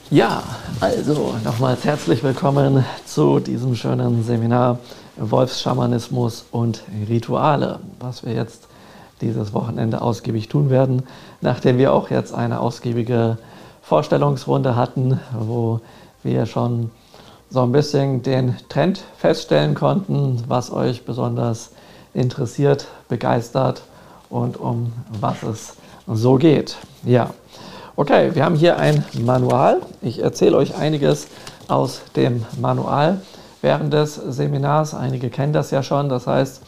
Ja, also nochmals herzlich willkommen zu diesem schönen Seminar Wolfsschamanismus und Rituale, was wir jetzt dieses Wochenende ausgiebig tun werden, nachdem wir auch jetzt eine ausgiebige Vorstellungsrunde hatten, wo wir schon so ein bisschen den Trend feststellen konnten, was euch besonders interessiert, begeistert und um was es so geht. Ja. Okay, wir haben hier ein Manual. Ich erzähle euch einiges aus dem Manual während des Seminars. Einige kennen das ja schon. Das heißt,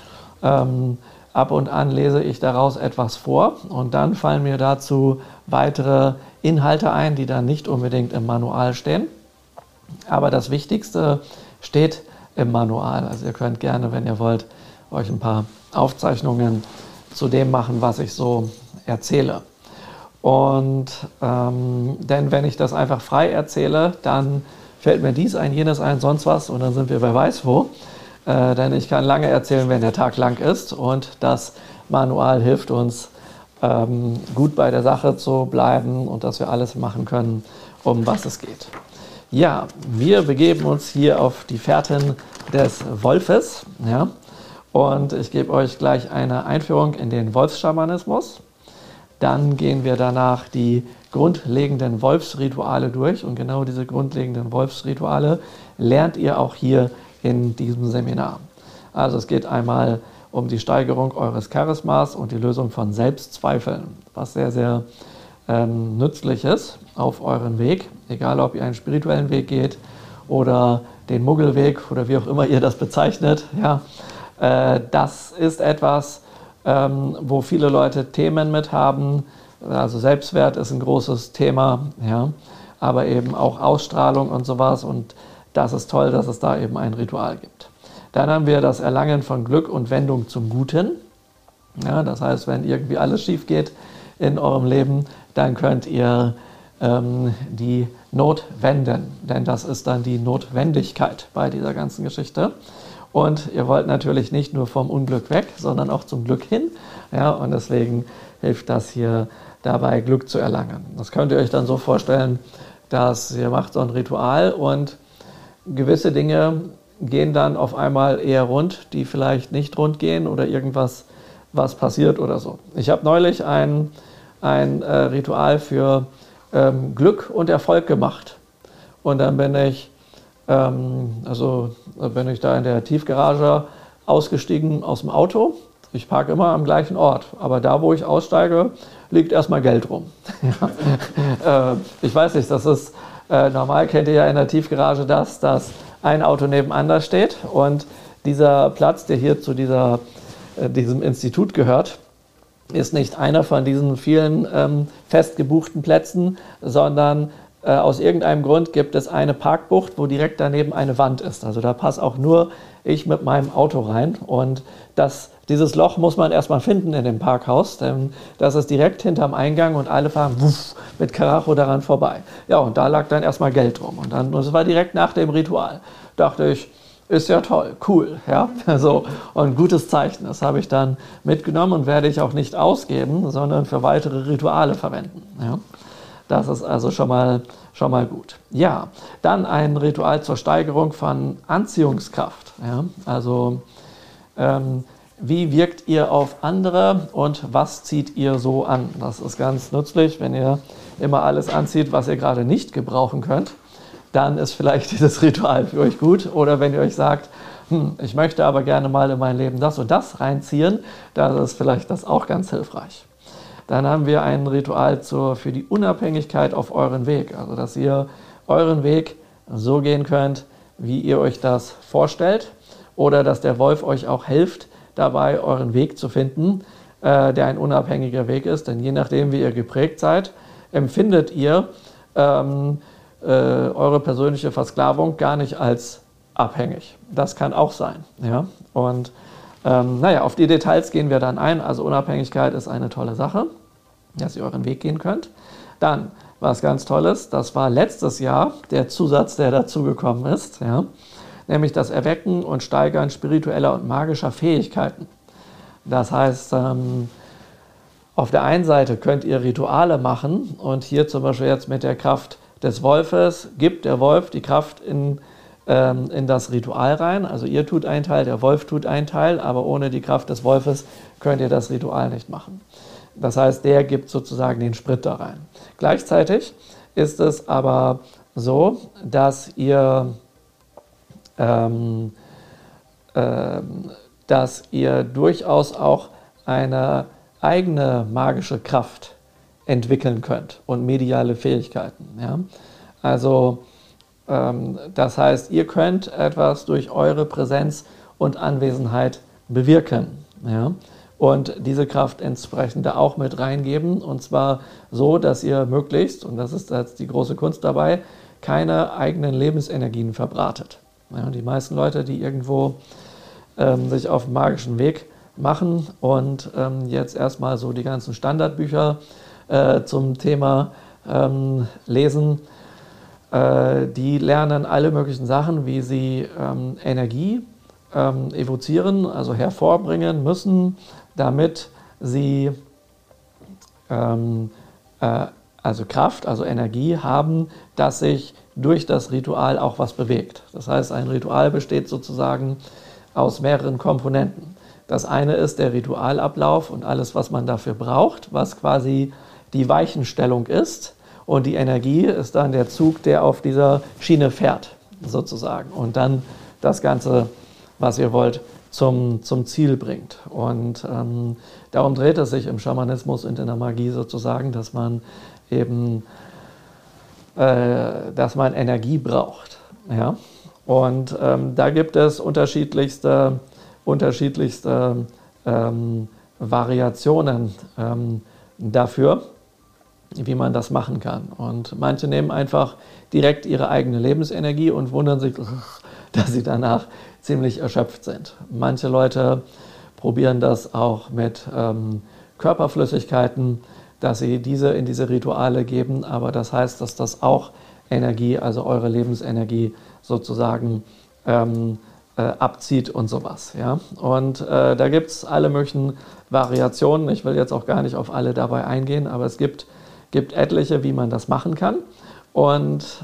ab und an lese ich daraus etwas vor und dann fallen mir dazu weitere Inhalte ein, die dann nicht unbedingt im Manual stehen. Aber das Wichtigste steht im Manual. Also ihr könnt gerne, wenn ihr wollt, euch ein paar Aufzeichnungen zu dem machen, was ich so erzähle. Und denn wenn ich das einfach frei erzähle, dann fällt mir dies ein, jenes ein, sonst was und dann sind wir wer weiß wo. Denn ich kann lange erzählen, wenn der Tag lang ist und das Manual hilft uns, gut bei der Sache zu bleiben und dass wir alles machen können, um was es geht. Ja, wir begeben uns hier auf die Fährten des Wolfes. Ja, und ich gebe euch gleich eine Einführung in den Wolfsschamanismus. Dann gehen wir danach die grundlegenden Wolfsrituale durch und genau diese grundlegenden Wolfsrituale lernt ihr auch hier in diesem Seminar. Also es geht einmal um die Steigerung eures Charismas und die Lösung von Selbstzweifeln, was sehr, sehr nützlich ist auf euren Weg, egal ob ihr einen spirituellen Weg geht oder den Muggelweg oder wie auch immer ihr das bezeichnet. Ja, das ist etwas, wo viele Leute Themen mit haben. Also Selbstwert ist ein großes Thema, ja, aber eben auch Ausstrahlung und sowas. Und das ist toll, dass es da eben ein Ritual gibt. Dann haben wir das Erlangen von Glück und Wendung zum Guten. Ja, das heißt, wenn irgendwie alles schief geht in eurem Leben, dann könnt ihr die Not wenden. Denn das ist dann die Notwendigkeit bei dieser ganzen Geschichte. Und ihr wollt natürlich nicht nur vom Unglück weg, sondern auch zum Glück hin. Ja, und deswegen hilft das hier dabei, Glück zu erlangen. Das könnt ihr euch dann so vorstellen, dass ihr macht so ein Ritual und gewisse Dinge gehen dann auf einmal eher rund, die vielleicht nicht rund gehen oder irgendwas, was passiert oder so. Ich habe neulich ein Ritual für Glück und Erfolg gemacht. Und dann bin ich da in der Tiefgarage ausgestiegen aus dem Auto. Ich parke immer am gleichen Ort, aber da, wo ich aussteige, liegt erstmal Geld rum. Ich weiß nicht, das ist normal, kennt ihr ja in der Tiefgarage dass ein Auto nebeneinander steht und dieser Platz, der hier zu diesem Institut gehört, ist nicht einer von diesen vielen festgebuchten Plätzen, sondern aus irgendeinem Grund gibt es eine Parkbucht, wo direkt daneben eine Wand ist. Also da passe auch nur ich mit meinem Auto rein. Und dieses Loch muss man erstmal finden in dem Parkhaus, denn das ist direkt hinterm Eingang und alle fahren mit Karacho daran vorbei. Ja, und da lag dann erstmal Geld rum. Und das war direkt nach dem Ritual. Dachte ich, ist ja toll, cool, ja, so, und gutes Zeichen. Das habe ich dann mitgenommen und werde ich auch nicht ausgeben, sondern für weitere Rituale verwenden. Ja. Das ist also schon mal gut. Ja, dann ein Ritual zur Steigerung von Anziehungskraft. Ja, also wie wirkt ihr auf andere und was zieht ihr so an? Das ist ganz nützlich, wenn ihr immer alles anzieht, was ihr gerade nicht gebrauchen könnt. Dann ist vielleicht dieses Ritual für euch gut. Oder wenn ihr euch sagt, ich möchte aber gerne mal in mein Leben das und das reinziehen, dann ist vielleicht das auch ganz hilfreich. Dann haben wir ein Ritual für die Unabhängigkeit auf euren Weg. Also, dass ihr euren Weg so gehen könnt, wie ihr euch das vorstellt. Oder dass der Wolf euch auch hilft, dabei euren Weg zu finden, der ein unabhängiger Weg ist. Denn je nachdem, wie ihr geprägt seid, empfindet ihr eure persönliche Versklavung gar nicht als abhängig. Das kann auch sein. Ja? Und auf die Details gehen wir dann ein. Also Unabhängigkeit ist eine tolle Sache, dass ihr euren Weg gehen könnt. Dann, was ganz Tolles, das war letztes Jahr der Zusatz, der dazugekommen ist, ja? Nämlich das Erwecken und Steigern spiritueller und magischer Fähigkeiten. Das heißt, auf der einen Seite könnt ihr Rituale machen und hier zum Beispiel jetzt mit der Kraft des Wolfes gibt der Wolf die Kraft in das Ritual rein. Also ihr tut einen Teil, der Wolf tut einen Teil, aber ohne die Kraft des Wolfes könnt ihr das Ritual nicht machen. Das heißt, der gibt sozusagen den Sprit da rein. Gleichzeitig ist es aber so, dass ihr durchaus auch eine eigene magische Kraft entwickeln könnt und mediale Fähigkeiten. Ja? Also das heißt, ihr könnt etwas durch eure Präsenz und Anwesenheit bewirken. Ja? Und diese Kraft entsprechend da auch mit reingeben. Und zwar so, dass ihr möglichst, und das ist jetzt die große Kunst dabei, keine eigenen Lebensenergien verbratet. Ja, die meisten Leute, die irgendwo sich auf dem magischen Weg machen und jetzt erstmal so die ganzen Standardbücher zum Thema lesen, die lernen alle möglichen Sachen, wie sie Energie evozieren, also hervorbringen müssen, damit sie also Kraft, also Energie haben, dass sich durch das Ritual auch was bewegt. Das heißt, ein Ritual besteht sozusagen aus mehreren Komponenten. Das eine ist der Ritualablauf und alles, was man dafür braucht, was quasi die Weichenstellung ist. Und die Energie ist dann der Zug, der auf dieser Schiene fährt, sozusagen. Und dann das Ganze, was ihr wollt, zum Ziel bringt. Und darum dreht es sich im Schamanismus und in der Magie sozusagen, dass man eben Energie braucht. Ja? Und da gibt es unterschiedlichste Variationen dafür, wie man das machen kann. Und manche nehmen einfach direkt ihre eigene Lebensenergie und wundern sich, dass sie danach ziemlich erschöpft sind. Manche Leute probieren das auch mit Körperflüssigkeiten, dass sie diese in diese Rituale geben, aber das heißt, dass das auch Energie, also eure Lebensenergie sozusagen abzieht und sowas. Ja? Und da gibt es alle möglichen Variationen. Ich will jetzt auch gar nicht auf alle dabei eingehen, aber es gibt etliche, wie man das machen kann. Und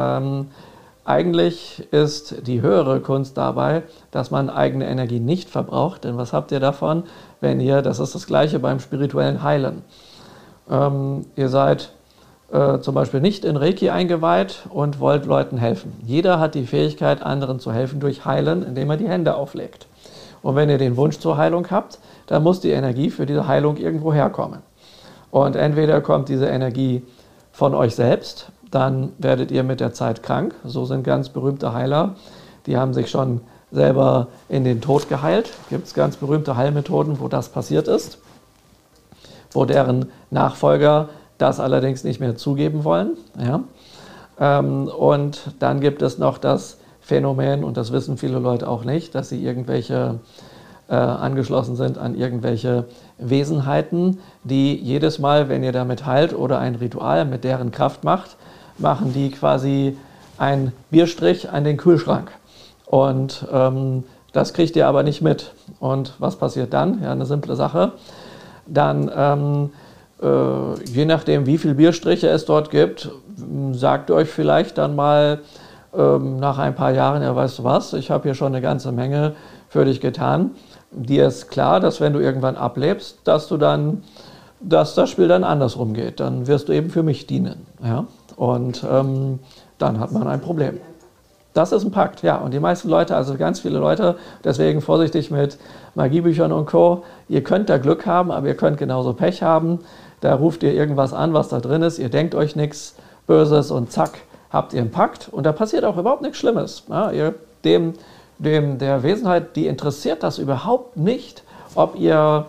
eigentlich ist die höhere Kunst dabei, dass man eigene Energie nicht verbraucht. Denn was habt ihr davon, wenn ihr, das ist das Gleiche beim spirituellen Heilen, ihr seid zum Beispiel nicht in Reiki eingeweiht und wollt Leuten helfen. Jeder hat die Fähigkeit, anderen zu helfen durch Heilen, indem er die Hände auflegt. Und wenn ihr den Wunsch zur Heilung habt, dann muss die Energie für diese Heilung irgendwo herkommen. Und entweder kommt diese Energie von euch selbst, dann werdet ihr mit der Zeit krank. So sind ganz berühmte Heiler, die haben sich schon selber in den Tod geheilt. Gibt es ganz berühmte Heilmethoden, wo das passiert ist, wo deren Nachfolger das allerdings nicht mehr zugeben wollen. Ja? Und dann gibt es noch das Phänomen, und das wissen viele Leute auch nicht, dass sie irgendwelche angeschlossen sind an irgendwelche Wesenheiten, die jedes Mal, wenn ihr damit heilt oder ein Ritual mit deren Kraft macht, machen die quasi einen Bierstrich an den Kühlschrank. Und das kriegt ihr aber nicht mit. Und was passiert dann? Ja, eine simple Sache. Dann, je nachdem, wie viele Bierstriche es dort gibt, sagt euch vielleicht dann mal nach ein paar Jahren, ja, weißt du was, ich habe hier schon eine ganze Menge für dich getan. Dir ist klar, dass wenn du irgendwann ablebst, dass das Spiel dann andersrum geht. Dann wirst du eben für mich dienen. Ja? Und dann hat man ein Problem. Das ist ein Pakt, ja. Und die meisten Leute, also ganz viele Leute, deswegen vorsichtig mit Magiebüchern und Co. Ihr könnt da Glück haben, aber ihr könnt genauso Pech haben. Da ruft ihr irgendwas an, was da drin ist. Ihr denkt euch nichts Böses und zack, habt ihr einen Pakt. Und da passiert auch überhaupt nichts Schlimmes. Ja? Der Wesenheit, die interessiert das überhaupt nicht, ob ihr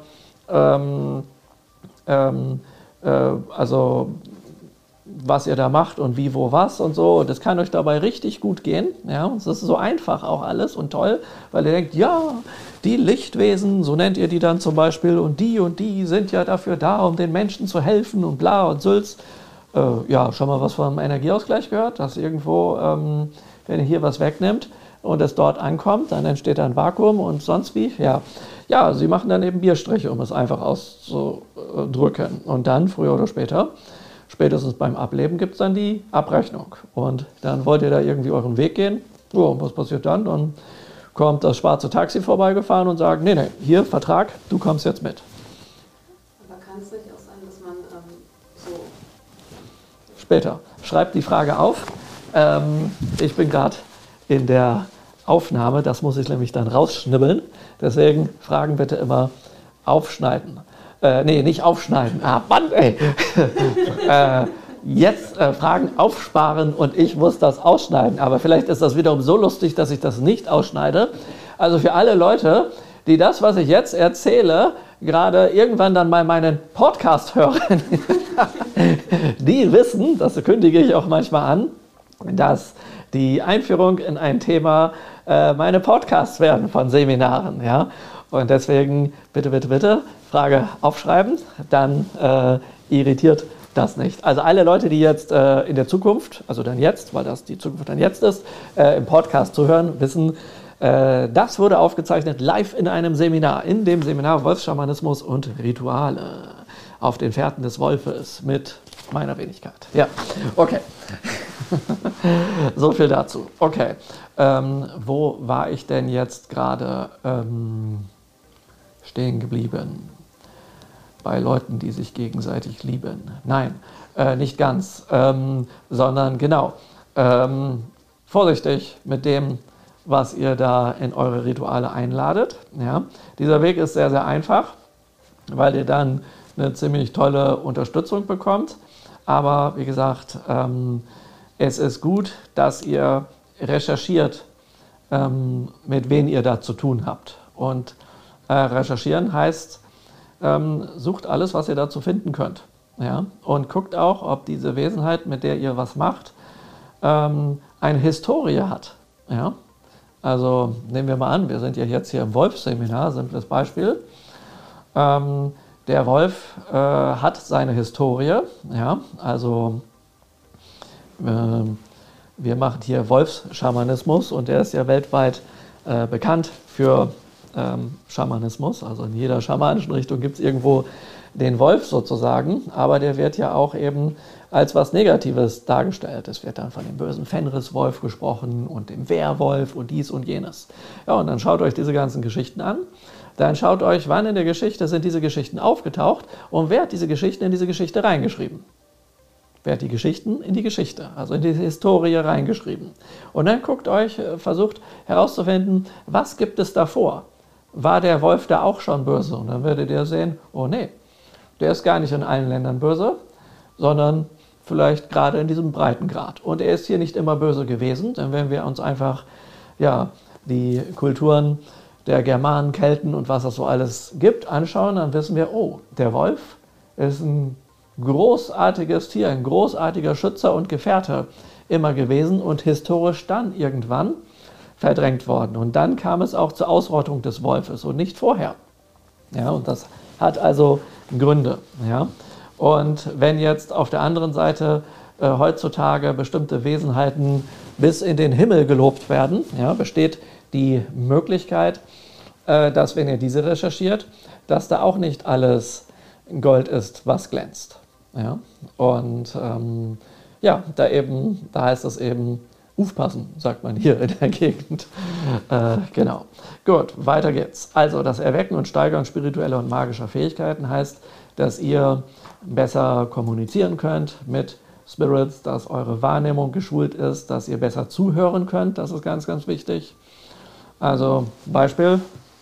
also was ihr da macht und wie, wo, was und so. Und das kann euch dabei richtig gut gehen. Ja? Und das ist so einfach auch alles und toll, weil ihr denkt, ja, die Lichtwesen, so nennt ihr die dann zum Beispiel, und die sind ja dafür da, um den Menschen zu helfen und bla und Sülz. Ja, schon mal was vom Energieausgleich gehört, dass irgendwo, wenn ihr hier was wegnimmt und es dort ankommt, dann entsteht ein Vakuum und sonst wie. Ja, sie machen dann eben Bierstriche, um es einfach auszudrücken. Und dann, früher oder später, spätestens beim Ableben gibt es dann die Abrechnung. Und dann wollt ihr da irgendwie euren Weg gehen. Ja, und was passiert dann? Dann kommt das schwarze Taxi vorbeigefahren und sagt, nee, hier, Vertrag, du kommst jetzt mit. Aber kann es nicht auch sein, dass man so... Später. Schreibt die Frage auf. Ich bin gerade in der Aufnahme, das muss ich nämlich dann rausschnibbeln. Deswegen Fragen bitte immer aufschneiden. Nee, nicht aufschneiden. Ah, Mann, ey. Jetzt Fragen aufsparen und ich muss das ausschneiden. Aber vielleicht ist das wiederum so lustig, dass ich das nicht ausschneide. Also für alle Leute, die das, was ich jetzt erzähle, gerade irgendwann dann mal meinen Podcast hören, die wissen, das kündige ich auch manchmal an, dass die Einführung in ein Thema meine Podcasts werden von Seminaren. Ja? Und deswegen bitte, bitte, bitte, Frage aufschreiben, dann irritiert das nicht. Also alle Leute, die jetzt in der Zukunft, also dann jetzt, weil das die Zukunft dann jetzt ist, im Podcast zuhören, wissen, das wurde aufgezeichnet live in einem Seminar, in dem Seminar Wolfsschamanismus und Rituale auf den Fährten des Wolfes mit meiner Wenigkeit. Ja, okay. So viel dazu. Okay, wo war ich denn jetzt gerade stehen geblieben? Bei Leuten, die sich gegenseitig lieben. Nein, nicht ganz, sondern genau, vorsichtig mit dem, was ihr da in eure Rituale einladet. Ja? Dieser Weg ist sehr, sehr einfach, weil ihr dann eine ziemlich tolle Unterstützung bekommt. Aber wie gesagt, es ist gut, dass ihr recherchiert, mit wem ihr da zu tun habt. Und recherchieren heißt, sucht alles, was ihr dazu finden könnt. Ja? Und guckt auch, ob diese Wesenheit, mit der ihr was macht, eine Historie hat. Ja? Also nehmen wir mal an, wir sind ja jetzt hier im Wolfsseminar, simples Beispiel. Der Wolf hat seine Historie. Ja? Also wir machen hier Wolfsschamanismus und der ist ja weltweit bekannt für Schamanismus. Also in jeder schamanischen Richtung gibt es irgendwo den Wolf sozusagen, aber der wird ja auch eben als was Negatives dargestellt. Es wird dann von dem bösen Fenriswolf gesprochen und dem Werwolf und dies und jenes. Ja, und dann schaut euch diese ganzen Geschichten an. Dann schaut euch, wann in der Geschichte sind diese Geschichten aufgetaucht und wer hat diese Geschichten in diese Geschichte reingeschrieben. Wer hat die Geschichten in die Geschichte, also in die Historie reingeschrieben. Und dann guckt euch, versucht herauszufinden, was gibt es davor? War der Wolf da auch schon böse? Und dann werdet ihr sehen, oh nee, der ist gar nicht in allen Ländern böse, sondern vielleicht gerade in diesem Breitengrad. Und er ist hier nicht immer böse gewesen, denn wenn wir uns einfach die Kulturen der Germanen, Kelten und was es so alles gibt, anschauen, dann wissen wir, oh, der Wolf ist ein großartiges Tier, ein großartiger Schützer und Gefährte immer gewesen und historisch dann irgendwann verdrängt worden. Und dann kam es auch zur Ausrottung des Wolfes und nicht vorher. Ja, und das hat also Gründe. Ja. Und wenn jetzt auf der anderen Seite heutzutage bestimmte Wesenheiten bis in den Himmel gelobt werden, ja, besteht die Möglichkeit, dass, wenn ihr diese recherchiert, dass da auch nicht alles Gold ist, was glänzt. Ja? Und da heißt es eben, aufpassen, sagt man hier in der Gegend. Genau. Gut, weiter geht's. Also das Erwecken und Steigern spiritueller und magischer Fähigkeiten heißt, dass ihr besser kommunizieren könnt mit Spirits, dass eure Wahrnehmung geschult ist, dass ihr besser zuhören könnt. Das ist ganz, ganz wichtig. Also Beispiel,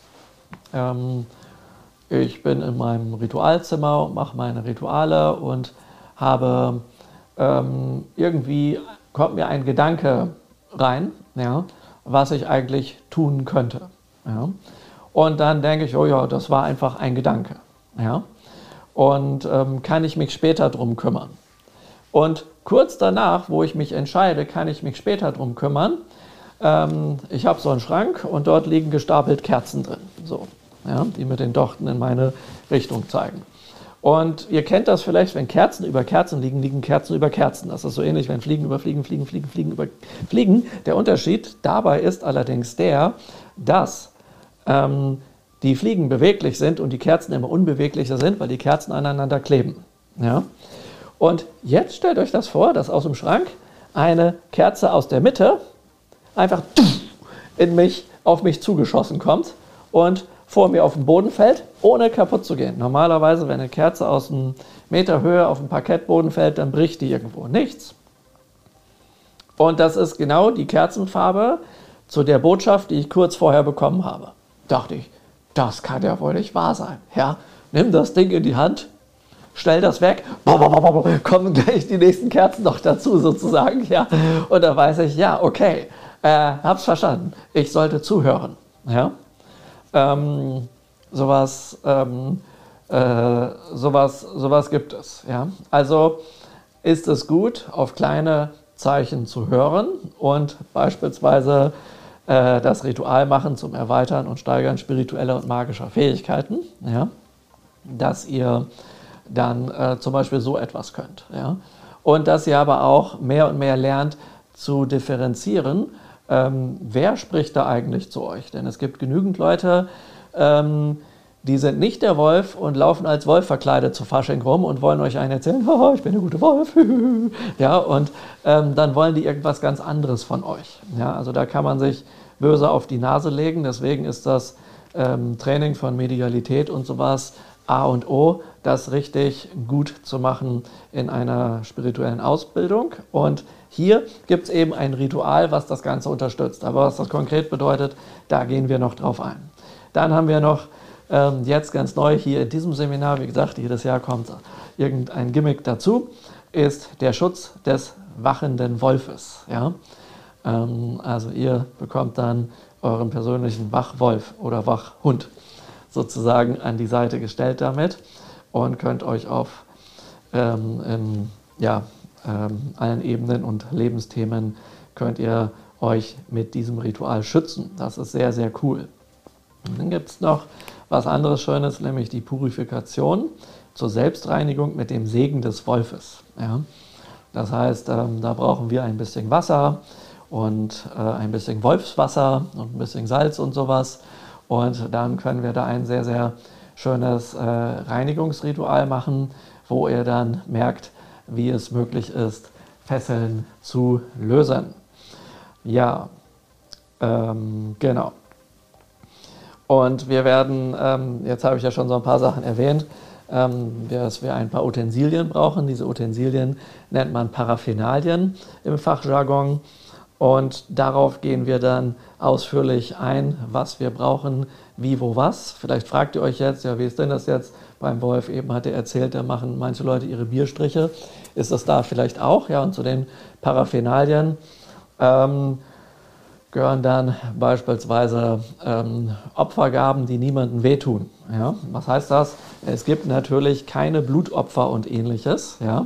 ich bin in meinem Ritualzimmer und mache meine Rituale und habe irgendwie kommt mir ein Gedanke rein, ja, was ich eigentlich tun könnte. Ja. Und dann denke ich, oh ja, das war einfach ein Gedanke. Ja. Und kann ich mich später drum kümmern. Und kurz danach, wo ich mich entscheide, kann ich mich später drum kümmern. Ich habe so einen Schrank und dort liegen gestapelt Kerzen drin, so, ja, die mit den Dochten in meine Richtung zeigen. Und ihr kennt das vielleicht, wenn Kerzen über Kerzen liegen, liegen Kerzen über Kerzen. Das ist so ähnlich, wenn Fliegen über Fliegen, Fliegen, Fliegen, Fliegen über Fliegen. Der Unterschied dabei ist allerdings der, dass die Fliegen beweglich sind und die Kerzen immer unbeweglicher sind, weil die Kerzen aneinander kleben. Ja? Und jetzt stellt euch das vor, dass aus dem Schrank eine Kerze aus der Mitte einfach auf mich zugeschossen kommt und vor mir auf den Boden fällt, ohne kaputt zu gehen. Normalerweise, wenn eine Kerze aus einem Meter Höhe auf den Parkettboden fällt, dann bricht die irgendwo. Nichts. Und das ist genau die Kerzenfarbe zu der Botschaft, die ich kurz vorher bekommen habe. Dachte ich, das kann ja wohl nicht wahr sein. Ja, nimm das Ding in die Hand, stell das weg, kommen gleich die nächsten Kerzen noch dazu sozusagen. Ja. Und da weiß ich, ja, okay, hab's verstanden. Ich sollte zuhören. Ja. Sowas gibt es. Ja? Also ist es gut, auf kleine Zeichen zu hören und beispielsweise das Ritual machen zum Erweitern und Steigern spiritueller und magischer Fähigkeiten, ja? Dass ihr dann zum Beispiel so etwas könnt. Ja? Und dass ihr aber auch mehr und mehr lernt zu differenzieren, wer spricht da eigentlich zu euch? Denn es gibt genügend Leute, die sind nicht der Wolf und laufen als Wolf verkleidet zu Fasching rum und wollen euch einen erzählen, haha, ich bin der gute Wolf. Ja, und dann wollen die irgendwas ganz anderes von euch. Ja, also da kann man sich böse auf die Nase legen. Deswegen ist das Training von Medialität und sowas A und O, das richtig gut zu machen in einer spirituellen Ausbildung. Und hier gibt es eben ein Ritual, was das Ganze unterstützt. Aber was das konkret bedeutet, da gehen wir noch drauf ein. Dann haben wir noch jetzt ganz neu hier in diesem Seminar, wie gesagt, jedes Jahr kommt irgendein Gimmick dazu, ist der Schutz des wachenden Wolfes. Ja? Also ihr bekommt dann euren persönlichen Wachwolf oder Wachhund sozusagen an die Seite gestellt damit und könnt euch auf allen Ebenen und Lebensthemen könnt ihr euch mit diesem Ritual schützen. Das ist sehr, sehr cool. Und dann gibt es noch was anderes Schönes, nämlich die Purifikation zur Selbstreinigung mit dem Segen des Wolfes. Ja? Das heißt, da brauchen wir ein bisschen Wasser und ein bisschen Wolfswasser und ein bisschen Salz und sowas. Und dann können wir da ein sehr, sehr schönes Reinigungsritual machen, wo ihr dann merkt, wie es möglich ist, Fesseln zu lösen. Ja, genau. Und wir werden, jetzt habe ich ja schon so ein paar Sachen erwähnt, dass wir ein paar Utensilien brauchen. Diese Utensilien nennt man Paraphenalien im Fachjargon. Und darauf gehen wir dann ausführlich ein, was wir brauchen, wie, wo, was. Vielleicht fragt ihr euch jetzt, ja, wie ist denn das jetzt beim Wolf? Eben hat er erzählt, da machen manche Leute ihre Bierstriche. Ist das da vielleicht auch? Ja, und zu den Paraphenalien gehören dann beispielsweise Opfergaben, die niemandem wehtun. Ja? Was heißt das? Es gibt natürlich keine Blutopfer und Ähnliches. Ja?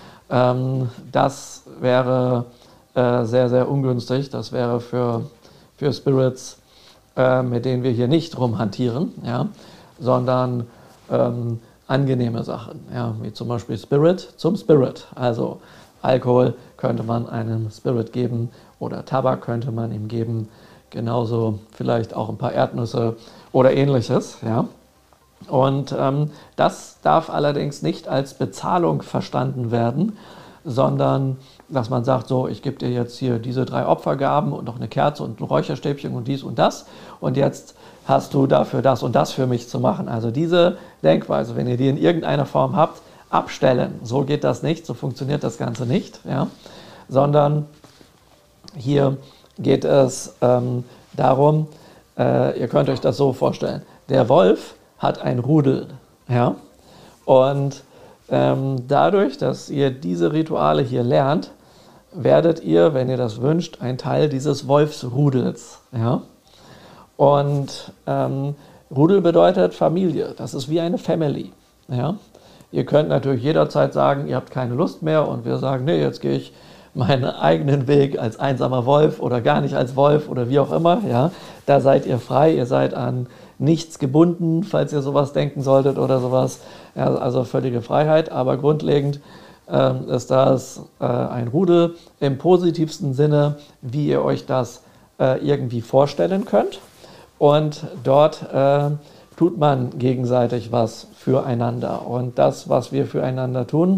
Das wäre sehr, sehr ungünstig. Das wäre für Spirits, mit denen wir hier nicht rumhantieren, ja? Sondern angenehme Sachen, ja? Wie zum Beispiel Spirit zum Spirit. Also Alkohol könnte man einem Spirit geben oder Tabak könnte man ihm geben, genauso vielleicht auch ein paar Erdnüsse oder Ähnliches. Ja? Und das darf allerdings nicht als Bezahlung verstanden werden, sondern dass man sagt, so, ich gebe dir jetzt hier diese 3 Opfergaben und noch eine Kerze und ein Räucherstäbchen und dies und das und jetzt hast du dafür das und das für mich zu machen. Also diese Denkweise, wenn ihr die in irgendeiner Form habt, abstellen. So geht das nicht, so funktioniert das Ganze nicht, ja? Sondern hier geht es darum, ihr könnt euch das so vorstellen, der Wolf hat ein Rudel, ja? Und dadurch, dass ihr diese Rituale hier lernt, werdet ihr, wenn ihr das wünscht, ein Teil dieses Wolfsrudels. Ja? Und Rudel bedeutet Familie, das ist wie eine Family. Ja? Ihr könnt natürlich jederzeit sagen, ihr habt keine Lust mehr und wir sagen, nee, jetzt gehe ich meinen eigenen Weg als einsamer Wolf oder gar nicht als Wolf oder wie auch immer. Ja? Da seid ihr frei, ihr seid an nichts gebunden, falls ihr sowas denken solltet oder sowas. Ja, also völlige Freiheit, aber grundlegend ist das ein Rudel im positivsten Sinne, wie ihr euch das irgendwie vorstellen könnt. Und dort tut man gegenseitig was füreinander. Und das, was wir füreinander tun,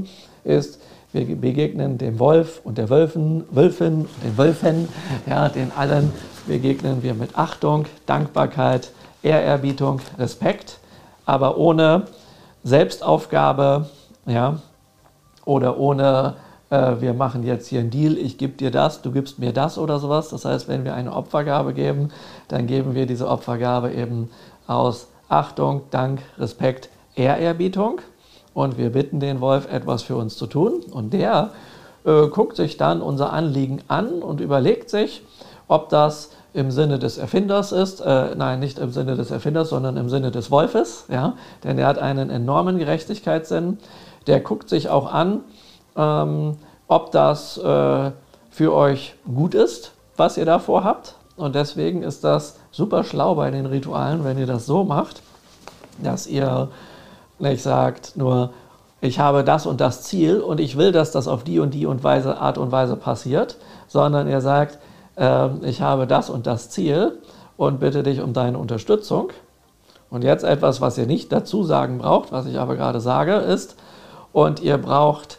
ist, wir begegnen dem Wolf und der Wölfin, den Wölfen, ja, den allen begegnen wir mit Achtung, Dankbarkeit, Ehrerbietung, Respekt, aber ohne Selbstaufgabe, ja, oder ohne, wir machen jetzt hier einen Deal, ich gebe dir das, du gibst mir das oder sowas. Das heißt, wenn wir eine Opfergabe geben, dann geben wir diese Opfergabe eben aus Achtung, Dank, Respekt, Ehrerbietung. Und wir bitten den Wolf, etwas für uns zu tun. Und der guckt sich dann unser Anliegen an und überlegt sich, ob das im Sinne des Erfinders ist. Nein, nicht im Sinne des Erfinders, sondern im Sinne des Wolfes. Ja? Denn er hat einen enormen Gerechtigkeitssinn. Der guckt sich auch an, ob das für euch gut ist, was ihr da vorhabt. Und deswegen ist das super schlau bei den Ritualen, wenn ihr das so macht, dass ihr nicht sagt nur, ich habe das und das Ziel und ich will, dass das auf die und die Art und Weise passiert, sondern ihr sagt, ich habe das und das Ziel und bitte dich um deine Unterstützung. Und jetzt etwas, was ihr nicht dazu sagen braucht, was ich aber gerade sage, ist, und ihr braucht,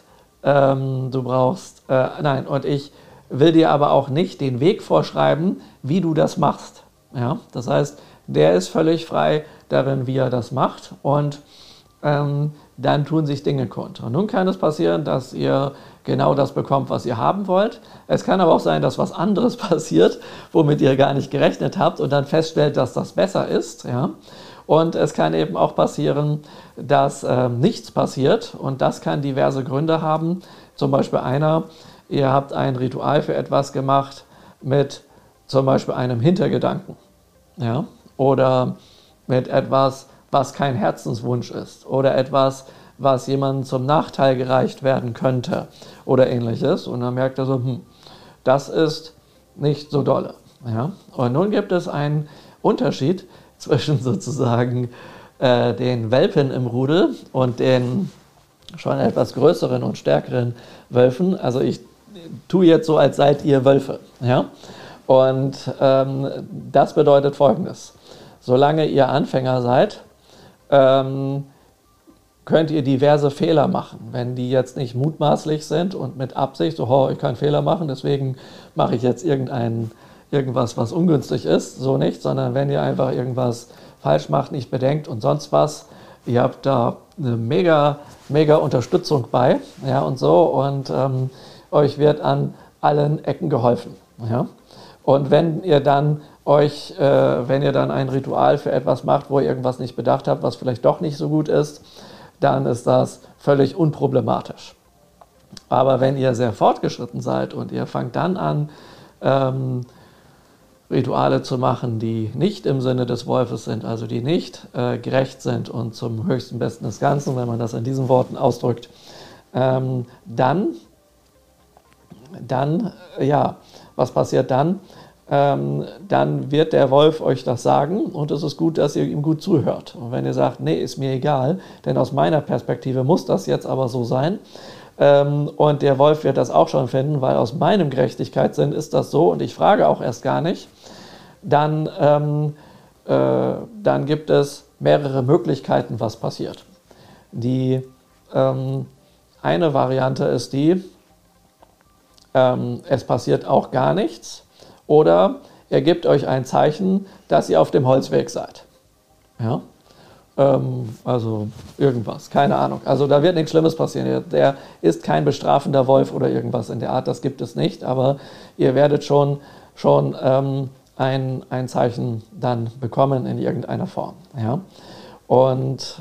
und ich will dir aber auch nicht den Weg vorschreiben, wie du das machst. Ja? Das heißt, der ist völlig frei darin, wie er das macht, und dann tun sich Dinge kund. Und nun kann es passieren, dass ihr genau das bekommt, was ihr haben wollt. Es kann aber auch sein, dass was anderes passiert, womit ihr gar nicht gerechnet habt und dann feststellt, dass das besser ist. Ja? Und es kann eben auch passieren, dass nichts passiert, und das kann diverse Gründe haben. Zum Beispiel ihr habt ein Ritual für etwas gemacht mit zum Beispiel einem Hintergedanken, ja? Oder mit etwas, was kein Herzenswunsch ist, oder etwas, was jemandem zum Nachteil gereicht werden könnte oder ähnliches. Und dann merkt er so, das ist nicht so dolle. Ja? Und nun gibt es einen Unterschied zwischen sozusagen den Welpen im Rudel und den schon etwas größeren und stärkeren Wölfen. Also ich tue jetzt so, als seid ihr Wölfe. Ja? Und das bedeutet Folgendes. Solange ihr Anfänger seid, könnt ihr diverse Fehler machen. Wenn die jetzt nicht mutmaßlich sind und mit Absicht, so, ich kann Fehler machen, deswegen mache ich jetzt irgendwas, was ungünstig ist, so nicht, sondern wenn ihr einfach irgendwas falsch macht, nicht bedenkt und sonst was, ihr habt da eine mega Unterstützung bei, ja, und so, und euch wird an allen Ecken geholfen. Ja? Und wenn ihr dann ein Ritual für etwas macht, wo ihr irgendwas nicht bedacht habt, was vielleicht doch nicht so gut ist, dann ist das völlig unproblematisch. Aber wenn ihr sehr fortgeschritten seid und ihr fangt dann an, Rituale zu machen, die nicht im Sinne des Wolfes sind, also die nicht gerecht sind und zum höchsten Besten des Ganzen, wenn man das in diesen Worten ausdrückt, was passiert dann? Dann wird der Wolf euch das sagen, und es ist gut, dass ihr ihm gut zuhört. Und wenn ihr sagt, nee, ist mir egal, denn aus meiner Perspektive muss das jetzt aber so sein, und der Wolf wird das auch schon finden, weil aus meinem Gerechtigkeitssinn ist das so und ich frage auch erst gar nicht, dann gibt es mehrere Möglichkeiten, was passiert. Die eine Variante ist die, es passiert auch gar nichts, oder er gibt euch ein Zeichen, dass ihr auf dem Holzweg seid. Ja? Also irgendwas, keine Ahnung. Also da wird nichts Schlimmes passieren. Der ist kein bestrafender Wolf oder irgendwas in der Art, das gibt es nicht, aber ihr werdet schon ein Zeichen dann bekommen in irgendeiner Form. Ja? Und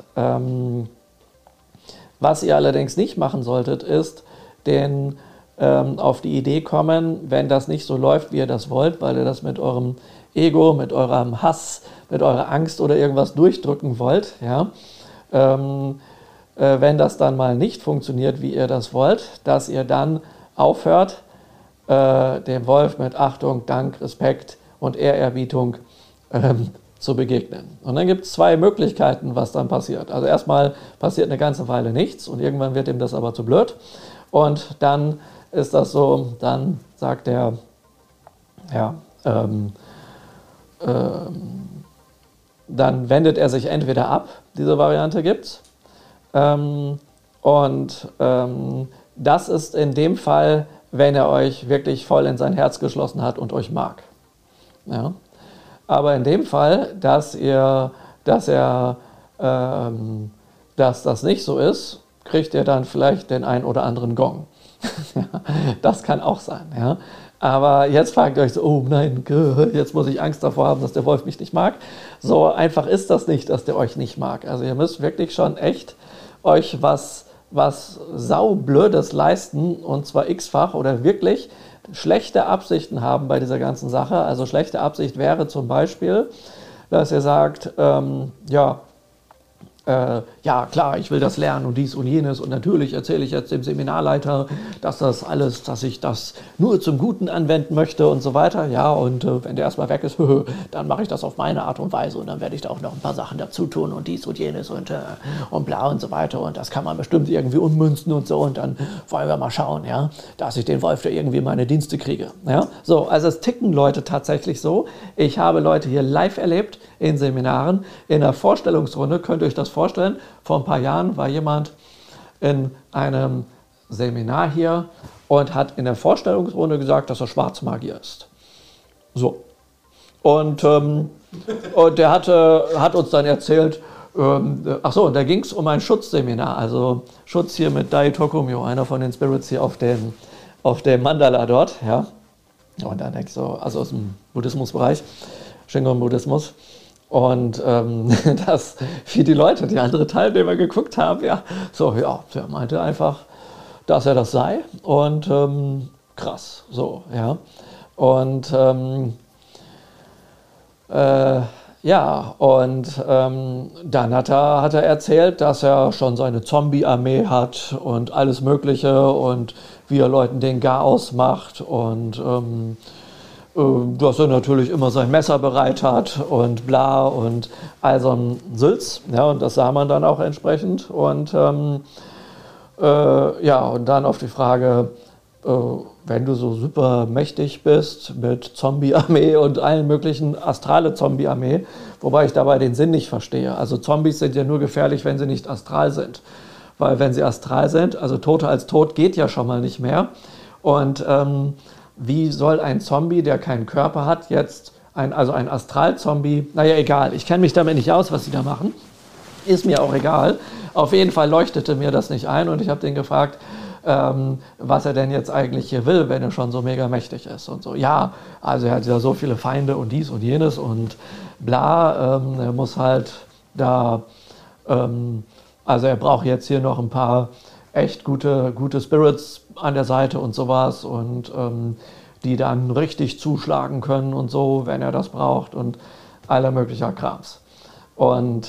was ihr allerdings nicht machen solltet, ist auf die Idee kommen, wenn das nicht so läuft, wie ihr das wollt, weil ihr das mit eurem Ego, mit eurem Hass, mit eurer Angst oder irgendwas durchdrücken wollt, ja, wenn das dann mal nicht funktioniert, wie ihr das wollt, dass ihr dann aufhört, dem Wolf mit Achtung, Dank, Respekt und Ehrerbietung zu begegnen. Und dann gibt es zwei Möglichkeiten, was dann passiert. Also erstmal passiert eine ganze Weile nichts und irgendwann wird ihm das aber zu blöd, und dann ist das so, dann sagt er, dann wendet er sich entweder ab, diese Variante gibt's, Und das ist in dem Fall, wenn er euch wirklich voll in sein Herz geschlossen hat und euch mag. Ja? Aber in dem Fall, dass das nicht so ist, kriegt ihr dann vielleicht den einen oder anderen Gong. Ja, das kann auch sein. Ja? Aber jetzt fragt ihr euch so, oh nein, jetzt muss ich Angst davor haben, dass der Wolf mich nicht mag. So einfach ist das nicht, dass der euch nicht mag. Also ihr müsst wirklich schon echt euch was saublödes leisten, und zwar x-fach, oder wirklich schlechte Absichten haben bei dieser ganzen Sache. Also schlechte Absicht wäre zum Beispiel, dass ihr sagt, ja klar, ich will das lernen und dies und jenes, und natürlich erzähle ich jetzt dem Seminarleiter, dass ich das nur zum Guten anwenden möchte und so weiter. Ja, und wenn der erstmal weg ist, dann mache ich das auf meine Art und Weise, und dann werde ich da auch noch ein paar Sachen dazu tun und dies und jenes und bla und so weiter, und das kann man bestimmt irgendwie ummünzen und so, und dann wollen wir mal schauen, ja, dass ich den Wolf da irgendwie in meine Dienste kriege. Ja? So, also es ticken Leute tatsächlich so. Ich habe Leute hier live erlebt in Seminaren, in der Vorstellungsrunde, könnt ihr euch das vorstellen. Vor ein paar Jahren war jemand in einem Seminar hier und hat in der Vorstellungsrunde gesagt, dass er Schwarzmagier ist. So. Und der hat uns dann erzählt, und da ging es um ein Schutzseminar, also Schutz hier mit Dai Tokumyo, einer von den Spirits hier auf dem Mandala dort. Ja. Und dann denke ich so, also aus dem Buddhismusbereich, Shingon-Buddhismus. Und dass wie die Leute, die andere Teilnehmer geguckt haben, der meinte einfach, dass er das sei, und krass, so, ja. Und dann hat er erzählt, dass er schon seine Zombie-Armee hat und alles Mögliche, und wie er Leuten den Garaus macht, und dass er natürlich immer sein Messer bereit hat und bla und all so ein Sülz. Ja, und das sah man dann auch entsprechend. Und und dann auf die Frage, wenn du so super mächtig bist mit Zombie-Armee und allen möglichen astrale Zombie-Armee, wobei ich dabei den Sinn nicht verstehe. Also Zombies sind ja nur gefährlich, wenn sie nicht astral sind. Weil wenn sie astral sind, also Tote als tot geht ja schon mal nicht mehr. Und wie soll ein Zombie, der keinen Körper hat, jetzt ein Astral-Zombie, naja, egal, ich kenne mich damit nicht aus, was sie da machen, ist mir auch egal. Auf jeden Fall leuchtete mir das nicht ein, und ich habe den gefragt, was er denn jetzt eigentlich hier will, wenn er schon so mega mächtig ist und so. Ja, also er hat ja so viele Feinde und dies und jenes und bla, er muss halt da, also er braucht jetzt hier noch ein paar echt gute Spirits an der Seite und sowas, und die dann richtig zuschlagen können und so, wenn er das braucht, und aller möglicher Krams. Und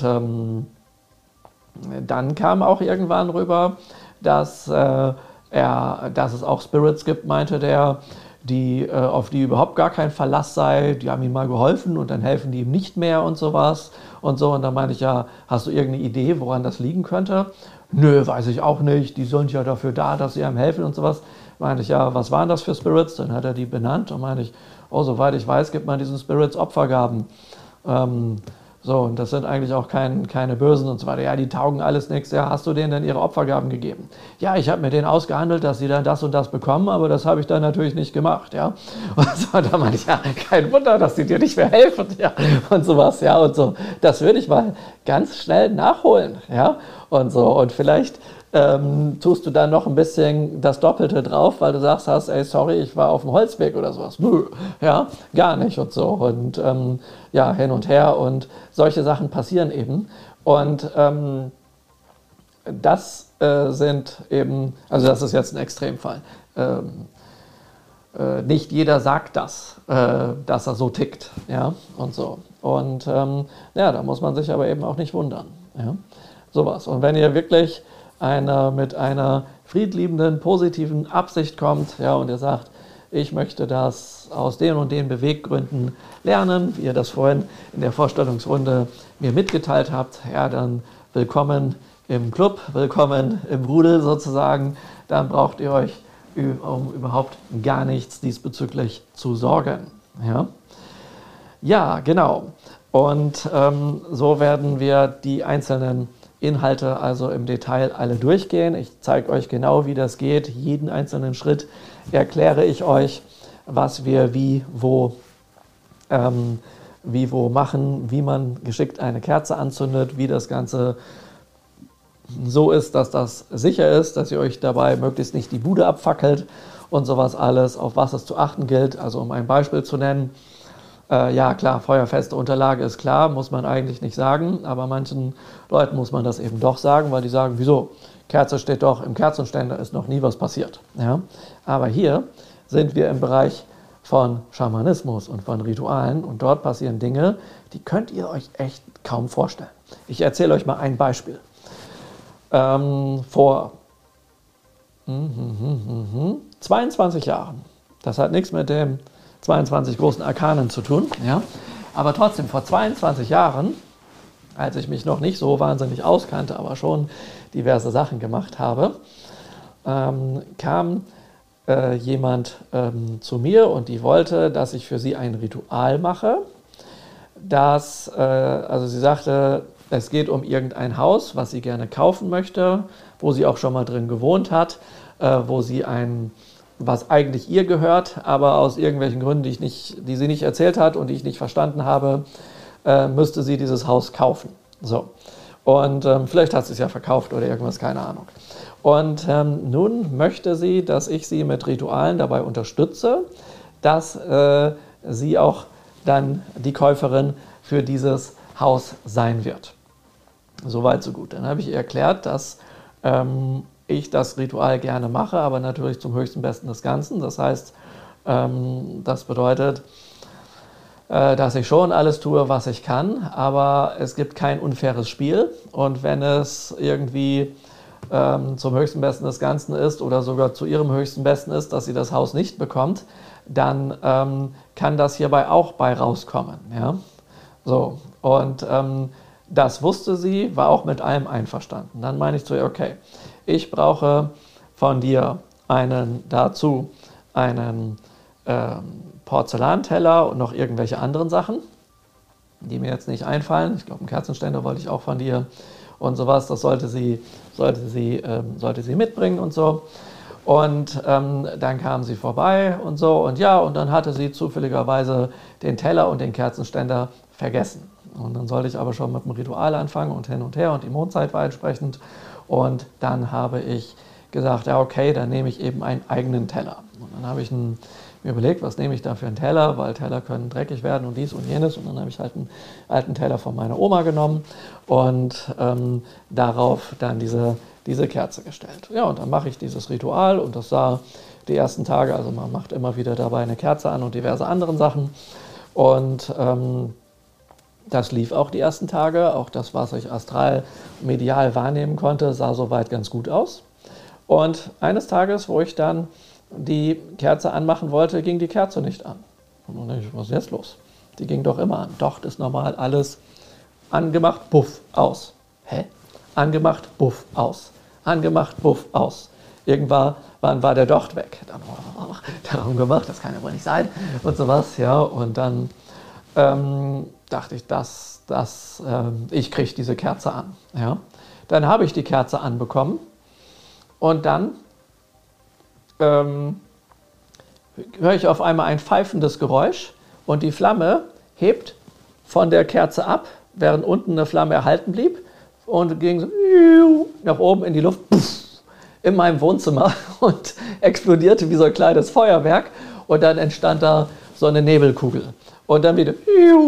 dann kam auch irgendwann rüber, dass es auch Spirits gibt, meinte der, auf die überhaupt gar kein Verlass sei, die haben ihm mal geholfen und dann helfen die ihm nicht mehr und sowas und so. Und dann meinte ich, ja, hast du irgendeine Idee, woran das liegen könnte? Nö, weiß ich auch nicht, die sind ja dafür da, dass sie einem helfen und sowas. Meinte ich, ja, was waren das für Spirits? Dann hat er die benannt, und meinte ich, oh, soweit ich weiß, gibt man diesen Spirits Opfergaben. So, und das sind eigentlich auch keine Bösen und so weiter. Ja, die taugen alles nichts. Ja, hast du denen denn ihre Opfergaben gegeben? Ja, ich habe mir denen ausgehandelt, dass sie dann das und das bekommen, aber das habe ich dann natürlich nicht gemacht, ja. Und so, da meinte ich, ja, kein Wunder, dass die dir nicht mehr helfen, ja, und sowas, ja, und so. Das würde ich mal ganz schnell nachholen, ja, und so. Und vielleicht tust du dann noch ein bisschen das Doppelte drauf, weil du sagst, ey, sorry, ich war auf dem Holzweg oder sowas. Nö, ja, gar nicht und so. Und hin und her, und solche Sachen passieren eben. Und das sind eben, also das ist jetzt ein Extremfall. Nicht jeder sagt das, dass er so tickt, ja, und so. Und da muss man sich aber eben auch nicht wundern, ja, sowas. Und wenn ihr wirklich mit einer friedliebenden, positiven Absicht kommt, ja, und ihr sagt, ich möchte das aus den und den Beweggründen lernen, wie ihr das vorhin in der Vorstellungsrunde mir mitgeteilt habt, ja, dann willkommen im Club, willkommen im Rudel sozusagen, dann braucht ihr euch um überhaupt gar nichts diesbezüglich zu sorgen. Ja, genau. Und so werden wir die einzelnen Inhalte also im Detail alle durchgehen. Ich zeige euch genau, wie das geht. Jeden einzelnen Schritt erkläre ich euch, was wir wie, wo machen, wie man geschickt eine Kerze anzündet, wie das Ganze so ist, dass das sicher ist, dass ihr euch dabei möglichst nicht die Bude abfackelt und sowas alles, auf was es zu achten gilt. Also um ein Beispiel zu nennen, ja klar, feuerfeste Unterlage ist klar, muss man eigentlich nicht sagen, aber manchen Leuten muss man das eben doch sagen, weil die sagen, wieso? Kerze steht doch, im Kerzenständer ist noch nie was passiert. Ja? Aber hier sind wir im Bereich von Schamanismus und von Ritualen und dort passieren Dinge, die könnt ihr euch echt kaum vorstellen. Ich erzähle euch mal ein Beispiel. Vor 22 Jahren, das hat nichts mit dem 22 großen Arkanen zu tun, ja? Aber trotzdem, vor 22 Jahren, als ich mich noch nicht so wahnsinnig auskannte, aber schon diverse Sachen gemacht habe, kam jemand zu mir und die wollte, dass ich für sie ein Ritual mache. Also sie sagte, es geht um irgendein Haus, was sie gerne kaufen möchte, wo sie auch schon mal drin gewohnt hat, wo sie was eigentlich ihr gehört, aber aus irgendwelchen Gründen, die sie nicht erzählt hat und die ich nicht verstanden habe, müsste sie dieses Haus kaufen. So. Und vielleicht hat sie es ja verkauft oder irgendwas, keine Ahnung. Und nun möchte sie, dass ich sie mit Ritualen dabei unterstütze, dass sie auch dann die Käuferin für dieses Haus sein wird. Soweit, so gut. Dann habe ich ihr erklärt, dass ich das Ritual gerne mache, aber natürlich zum höchsten Besten des Ganzen. Das heißt, das bedeutet, dass ich schon alles tue, was ich kann, aber es gibt kein unfaires Spiel. Und wenn es irgendwie zum höchsten Besten des Ganzen ist oder sogar zu ihrem höchsten Besten ist, dass sie das Haus nicht bekommt, dann kann das hierbei auch bei rauskommen. Ja? So, und das wusste sie, war auch mit allem einverstanden. Dann meine ich zu ihr, okay, ich brauche von dir einen Porzellanteller und noch irgendwelche anderen Sachen, die mir jetzt nicht einfallen. Ich glaube, einen Kerzenständer wollte ich auch von dir und sowas. Das sollte sie mitbringen und so. Und dann kam sie vorbei und so. Und ja, und dann hatte sie zufälligerweise den Teller und den Kerzenständer vergessen. Und dann sollte ich aber schon mit dem Ritual anfangen und hin und her und die Mondzeit war entsprechend. Und dann habe ich gesagt, ja okay, dann nehme ich eben einen eigenen Teller. Und dann habe ich mir überlegt, was nehme ich da für einen Teller, weil Teller können dreckig werden und dies und jenes. Und dann habe ich halt einen alten Teller von meiner Oma genommen und darauf dann diese Kerze gestellt. Ja, und dann mache ich dieses Ritual und das sah die ersten Tage, also man macht immer wieder dabei eine Kerze an und diverse andere Sachen. Und das lief auch die ersten Tage, auch das, was ich astral medial wahrnehmen konnte, sah soweit ganz gut aus. Und eines Tages, wo ich dann die Kerze anmachen wollte, ging die Kerze nicht an. Und dann dachte ich, was ist jetzt los? Die ging doch immer an. Doch, das ist normal, alles angemacht, puff, aus. Hä? Angemacht, puff, aus. Angemacht, puff, aus. Irgendwann war der Docht weg. Dann darum gemacht, das kann ja wohl nicht sein und sowas, ja. Und dann dachte ich, ich kriege diese Kerze an. Ja. Dann habe ich die Kerze anbekommen und dann höre ich auf einmal ein pfeifendes Geräusch und die Flamme hebt von der Kerze ab, während unten eine Flamme erhalten blieb und ging so nach oben in die Luft, in meinem Wohnzimmer und explodierte wie so ein kleines Feuerwerk und dann entstand da so eine Nebelkugel. Und dann wieder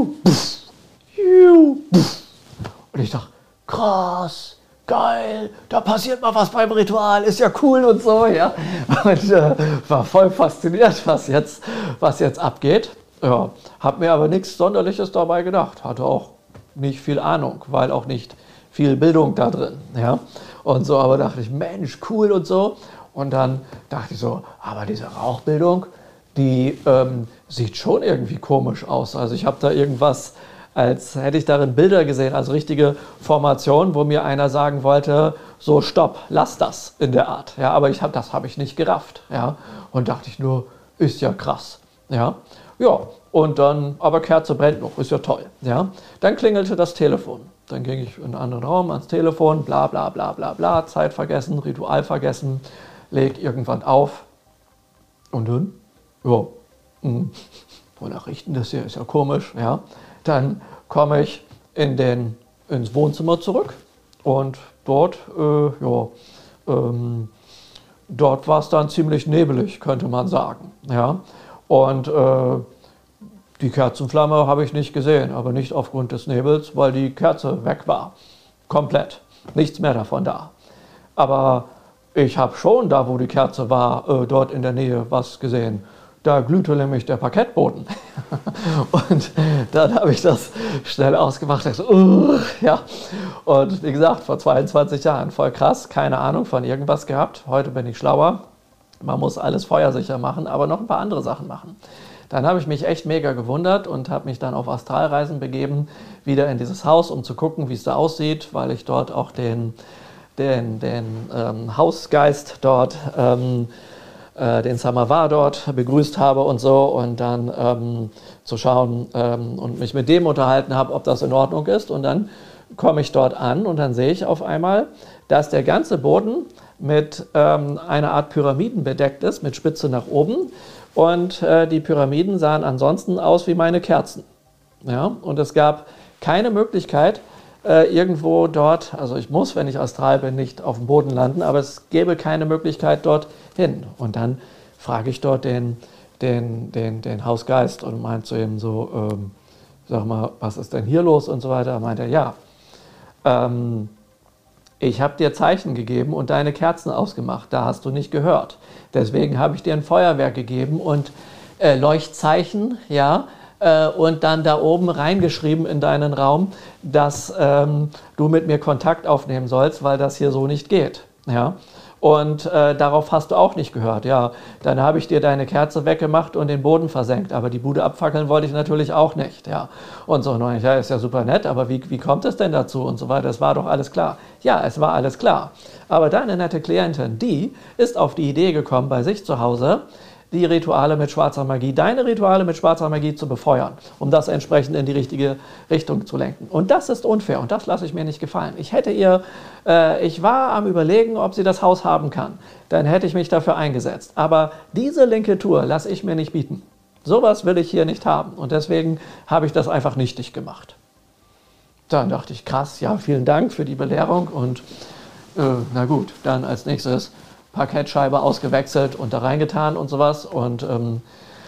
und ich dachte, krass, geil, da passiert mal was beim Ritual, ist ja cool und so, ja. Und war voll fasziniert, was jetzt abgeht. Ja, habe mir aber nichts Sonderliches dabei gedacht, hatte auch nicht viel Ahnung, weil auch nicht viel Bildung da drin, ja. Und so, aber dachte ich, Mensch, cool und so. Und dann dachte ich so, aber diese Rauchbildung, die sieht schon irgendwie komisch aus. Also ich habe da irgendwas, als hätte ich darin Bilder gesehen, also richtige Formationen, wo mir einer sagen wollte, so stopp, lass das in der Art. Ja, aber das habe ich nicht gerafft. Ja, und dachte ich nur, ist ja krass. Ja, ja, und dann, aber Kerze brennt noch, ist ja toll. Ja, dann klingelte das Telefon. Dann ging ich in einen anderen Raum ans Telefon, bla bla bla bla bla, Zeit vergessen, Ritual vergessen, leg irgendwann auf. Und dann, ja, wonach riecht denn das hier? Ist ja komisch, ja. Dann komme ich ins Wohnzimmer zurück und dort, dort war es dann ziemlich nebelig, könnte man sagen, ja. Und die Kerzenflamme habe ich nicht gesehen, aber nicht aufgrund des Nebels, weil die Kerze weg war. Komplett. Nichts mehr davon da. Aber ich habe schon da, wo die Kerze war, dort in der Nähe was gesehen. Da glühte nämlich der Parkettboden. Und dann habe ich das schnell ausgemacht. Ich so, ja. Und wie gesagt, vor 22 Jahren, voll krass, keine Ahnung von irgendwas gehabt. Heute bin ich schlauer. Man muss alles feuersicher machen, aber noch ein paar andere Sachen machen. Dann habe ich mich echt mega gewundert und habe mich dann auf Astralreisen begeben, wieder in dieses Haus, um zu gucken, wie es da aussieht, weil ich dort auch den Hausgeist dort, den Samavar dort begrüßt habe und so, und dann zu schauen und mich mit dem unterhalten habe, ob das in Ordnung ist. Und dann komme ich dort an und dann sehe ich auf einmal, dass der ganze Boden mit einer Art Pyramiden bedeckt ist, mit Spitze nach oben. Und die Pyramiden sahen ansonsten aus wie meine Kerzen. Ja? Und es gab keine Möglichkeit, irgendwo dort, also ich muss, wenn ich astral bin, nicht auf dem Boden landen, aber es gäbe keine Möglichkeit dorthin. Und dann frage ich dort den Hausgeist und meint zu ihm so, sag mal, was ist denn hier los und so weiter. Er meinte, ja, ich habe dir Zeichen gegeben und deine Kerzen ausgemacht, da hast du nicht gehört. Deswegen habe ich dir ein Feuerwerk gegeben und Leuchtzeichen, ja, und dann da oben reingeschrieben in deinen Raum, dass du mit mir Kontakt aufnehmen sollst, weil das hier so nicht geht. Ja? Und darauf hast du auch nicht gehört. Ja, dann habe ich dir deine Kerze weggemacht und den Boden versenkt, aber die Bude abfackeln wollte ich natürlich auch nicht. Ja? Und so, ja, ist ja super nett, aber wie kommt es denn dazu und so weiter? Es war doch alles klar. Ja, es war alles klar. Aber deine nette Klientin, die ist auf die Idee gekommen, bei sich zu Hause die Rituale mit schwarzer Magie, deine Rituale mit schwarzer Magie zu befeuern, um das entsprechend in die richtige Richtung zu lenken. Und das ist unfair und das lasse ich mir nicht gefallen. Ich war am Überlegen, ob sie das Haus haben kann. Dann hätte ich mich dafür eingesetzt. Aber diese linke Tour lasse ich mir nicht bieten. Sowas will ich hier nicht haben. Und deswegen habe ich das einfach nichtig gemacht. Dann dachte ich, krass, ja, vielen Dank für die Belehrung. Und na gut, dann als nächstes Parkettscheibe ausgewechselt und da reingetan und sowas. Und und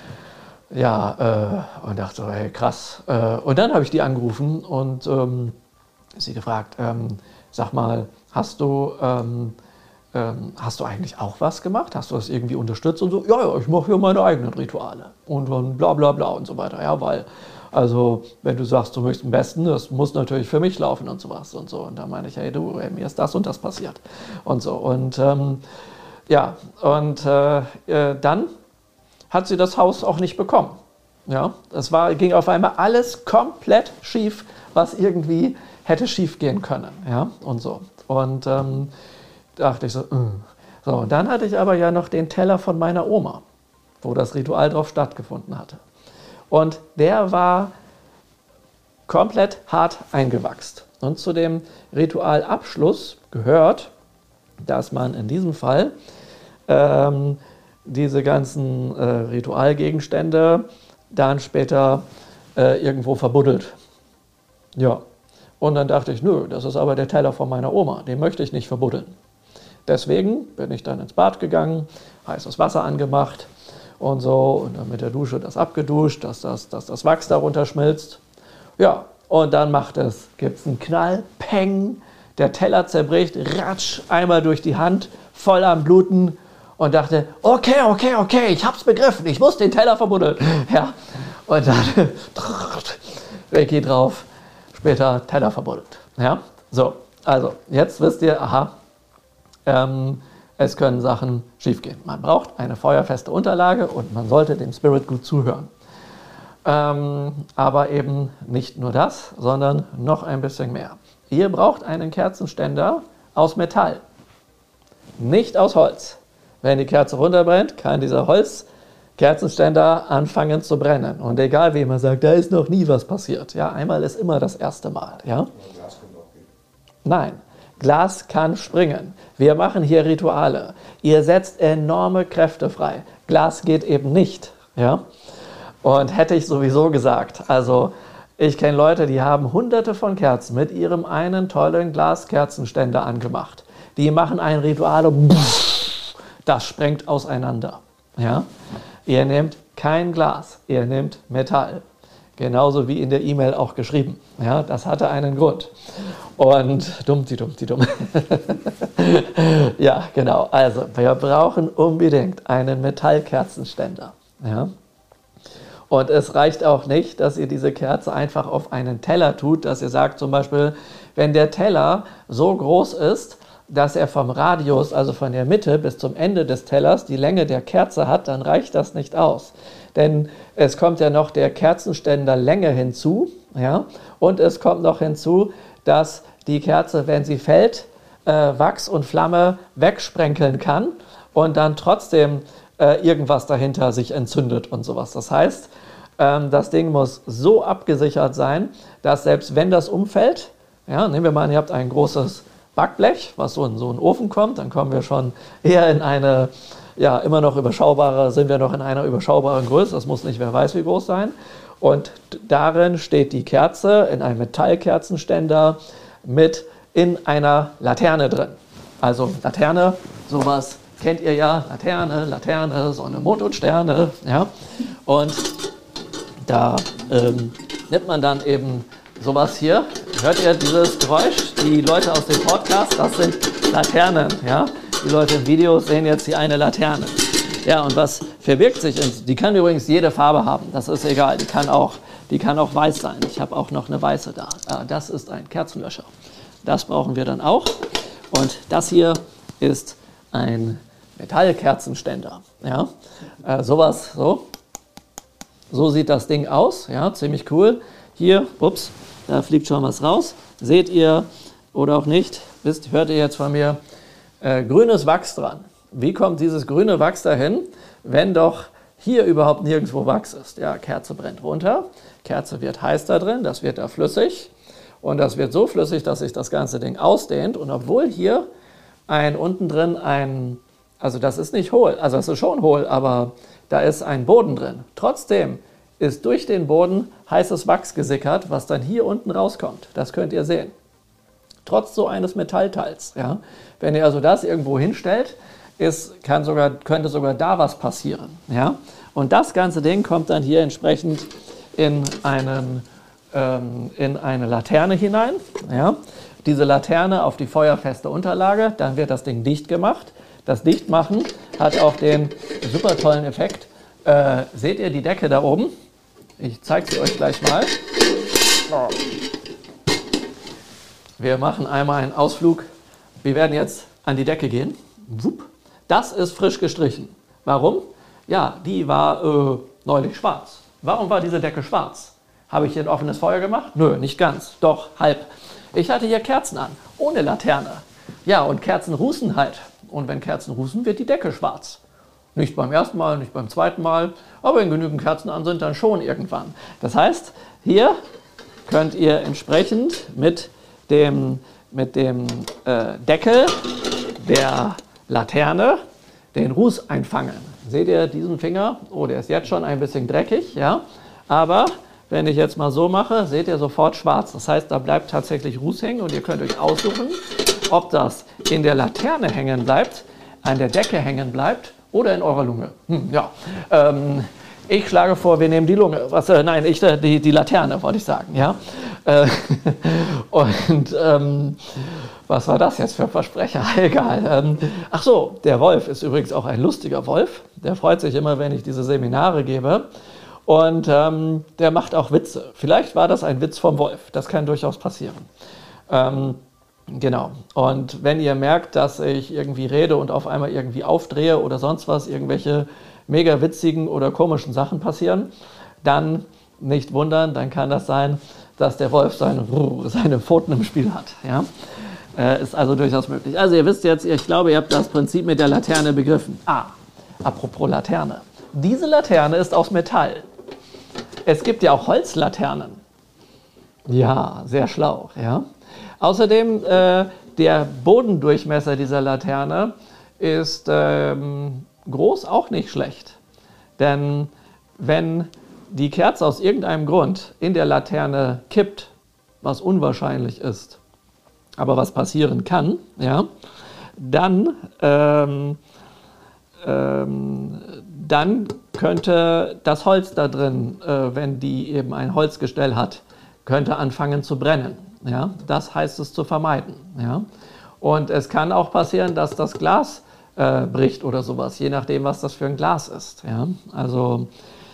dachte so, hey, krass. Und dann habe ich die angerufen und sie gefragt, sag mal, hast du eigentlich auch was gemacht? Hast du das irgendwie unterstützt? Und so, ja, ich mache hier meine eigenen Rituale. Und dann bla bla bla und so weiter. Ja, weil, also, wenn du sagst, du möchtest am besten, das muss natürlich für mich laufen und sowas und so. Und da meine ich, hey, mir ist das und das passiert. Und so. Und dann hat sie das Haus auch nicht bekommen. Ja, ging auf einmal alles komplett schief, was irgendwie hätte schief gehen können. Ja, und so. Und dachte ich so, So, und dann hatte ich aber ja noch den Teller von meiner Oma, wo das Ritual drauf stattgefunden hatte. Und der war komplett hart eingewachst. Und zu dem Ritualabschluss gehört, dass man in diesem Fall diese ganzen Ritualgegenstände dann später irgendwo verbuddelt. Ja, und dann dachte ich, nö, das ist aber der Teller von meiner Oma, den möchte ich nicht verbuddeln. Deswegen bin ich dann ins Bad gegangen, heißes Wasser angemacht und so, und dann mit der Dusche das abgeduscht, dass das Wachs darunter schmilzt. Ja, und dann gibt es einen Knall, Peng, der Teller zerbricht, ratsch, einmal durch die Hand, voll am Bluten, und dachte, okay, ich hab's begriffen, ich muss den Teller verbuddeln. Ja, und dann Reiki drauf, später Teller verbuddelt. Ja, so, also jetzt wisst ihr, aha, es können Sachen schiefgehen. Man braucht eine feuerfeste Unterlage und man sollte dem Spirit gut zuhören. Aber eben nicht nur das, sondern noch ein bisschen mehr. Ihr braucht einen Kerzenständer aus Metall, nicht aus Holz. Wenn die Kerze runterbrennt, kann dieser Kerzenständer anfangen zu brennen. Und egal wie man sagt, da ist noch nie was passiert. Ja, einmal ist immer das erste Mal. Ja? Nein, Glas kann springen. Wir machen hier Rituale. Ihr setzt enorme Kräfte frei. Glas geht eben nicht. Ja? Und hätte ich sowieso gesagt, also ich kenne Leute, die haben hunderte von Kerzen mit ihrem einen tollen Glaskerzenständer angemacht. Die machen ein Ritual und das sprengt auseinander. Ja? Ihr nehmt kein Glas, ihr nehmt Metall. Genauso wie in der E-Mail auch geschrieben. Ja, das hatte einen Grund. Und dumm. Ja, genau. Also, wir brauchen unbedingt einen Metallkerzenständer. Ja? Und es reicht auch nicht, dass ihr diese Kerze einfach auf einen Teller tut, dass ihr sagt zum Beispiel, wenn der Teller so groß ist, dass er vom Radius, also von der Mitte bis zum Ende des Tellers, die Länge der Kerze hat, dann reicht das nicht aus. Denn es kommt ja noch der Kerzenständer Länge hinzu, ja, und es kommt noch hinzu, dass die Kerze, wenn sie fällt, Wachs und Flamme wegsprenkeln kann und dann trotzdem irgendwas dahinter sich entzündet und sowas. Das heißt, das Ding muss so abgesichert sein, dass selbst wenn das umfällt, ja, nehmen wir mal an, ihr habt ein großes Backblech, was so in so einen Ofen kommt, dann kommen wir schon eher in eine, ja, immer noch überschaubare, sind wir noch in einer überschaubaren Größe, das muss nicht wer weiß wie groß sein. Und darin steht die Kerze in einem Metallkerzenständer mit in einer Laterne drin. Also Laterne, sowas kennt ihr ja, Laterne, Sonne, Mond und Sterne, ja. Und da nimmt man dann eben sowas hier. Hört ihr dieses Geräusch? Die Leute aus dem Podcast, das sind Laternen, ja. Die Leute im Video sehen jetzt hier eine Laterne. Ja, und was verbirgt sich? Die kann übrigens jede Farbe haben, das ist egal. Die kann auch weiß sein. Ich habe auch noch eine weiße da. Das ist ein Kerzenlöscher. Das brauchen wir dann auch. Und das hier ist ein Metallkerzenständer. Ja, sowas, so sieht das Ding aus. Ja, ziemlich cool. Hier, ups, da fliegt schon was raus. Seht ihr oder auch nicht, hört ihr jetzt von mir, grünes Wachs dran. Wie kommt dieses grüne Wachs dahin, wenn doch hier überhaupt nirgendwo Wachs ist? Ja, Kerze brennt runter, Kerze wird heiß da drin, das wird da flüssig und das wird so flüssig, dass sich das ganze Ding ausdehnt und obwohl hier unten drin also das ist nicht hohl, also das ist schon hohl, aber da ist ein Boden drin. Trotzdem ist durch den Boden heißes Wachs gesickert, was dann hier unten rauskommt. Das könnt ihr sehen. Trotz so eines Metallteils. Ja? Wenn ihr also das irgendwo hinstellt, könnte sogar da was passieren. Ja? Und das ganze Ding kommt dann hier entsprechend in eine Laterne hinein. Ja? Diese Laterne auf die feuerfeste Unterlage, dann wird das Ding dicht gemacht. Das Dichtmachen hat auch den super tollen Effekt. Seht ihr die Decke da oben? Ich zeige sie euch gleich mal. Wir machen einmal einen Ausflug. Wir werden jetzt an die Decke gehen. Das ist frisch gestrichen. Warum? Ja, die war neulich schwarz. Warum war diese Decke schwarz? Habe ich hier ein offenes Feuer gemacht? Nö, nicht ganz. Doch, halb. Ich hatte hier Kerzen an, ohne Laterne. Ja, und Kerzen rußen halt. Und wenn Kerzen rußen, wird die Decke schwarz. Nicht beim ersten Mal, nicht beim zweiten Mal, aber wenn genügend Kerzen an sind, dann schon irgendwann. Das heißt, hier könnt ihr entsprechend mit dem Deckel der Laterne den Ruß einfangen. Seht ihr diesen Finger? Oh, der ist jetzt schon ein bisschen dreckig, ja. Aber wenn ich jetzt mal so mache, seht ihr sofort schwarz. Das heißt, da bleibt tatsächlich Ruß hängen und ihr könnt euch aussuchen, ob das in der Laterne hängen bleibt, an der Decke hängen bleibt oder in eurer Lunge. Ich schlage vor, wir nehmen die Lunge. Die Laterne, wollte ich sagen. Ja? Was war das jetzt für ein Versprecher? Egal. Ach so, der Wolf ist übrigens auch ein lustiger Wolf. Der freut sich immer, wenn ich diese Seminare gebe. Und der macht auch Witze. Vielleicht war das ein Witz vom Wolf. Das kann durchaus passieren. Genau. Und wenn ihr merkt, dass ich irgendwie rede und auf einmal irgendwie aufdrehe oder sonst was, irgendwelche mega witzigen oder komischen Sachen passieren, dann nicht wundern, dann kann das sein, dass der Wolf seine Pfoten im Spiel hat. Ja? Ist also durchaus möglich. Also ihr wisst jetzt, ich glaube, ihr habt das Prinzip mit der Laterne begriffen. Apropos Laterne. Diese Laterne ist aus Metall. Es gibt ja auch Holzlaternen. Ja, sehr schlau. Ja. Außerdem, der Bodendurchmesser dieser Laterne ist groß auch nicht schlecht. Denn wenn die Kerze aus irgendeinem Grund in der Laterne kippt, was unwahrscheinlich ist, aber was passieren kann, ja, dann könnte das Holz da drin, wenn die eben ein Holzgestell hat, könnte anfangen zu brennen. Ja? Das heißt es zu vermeiden. Ja? Und es kann auch passieren, dass das Glas bricht oder sowas, je nachdem, was das für ein Glas ist. Ja? Also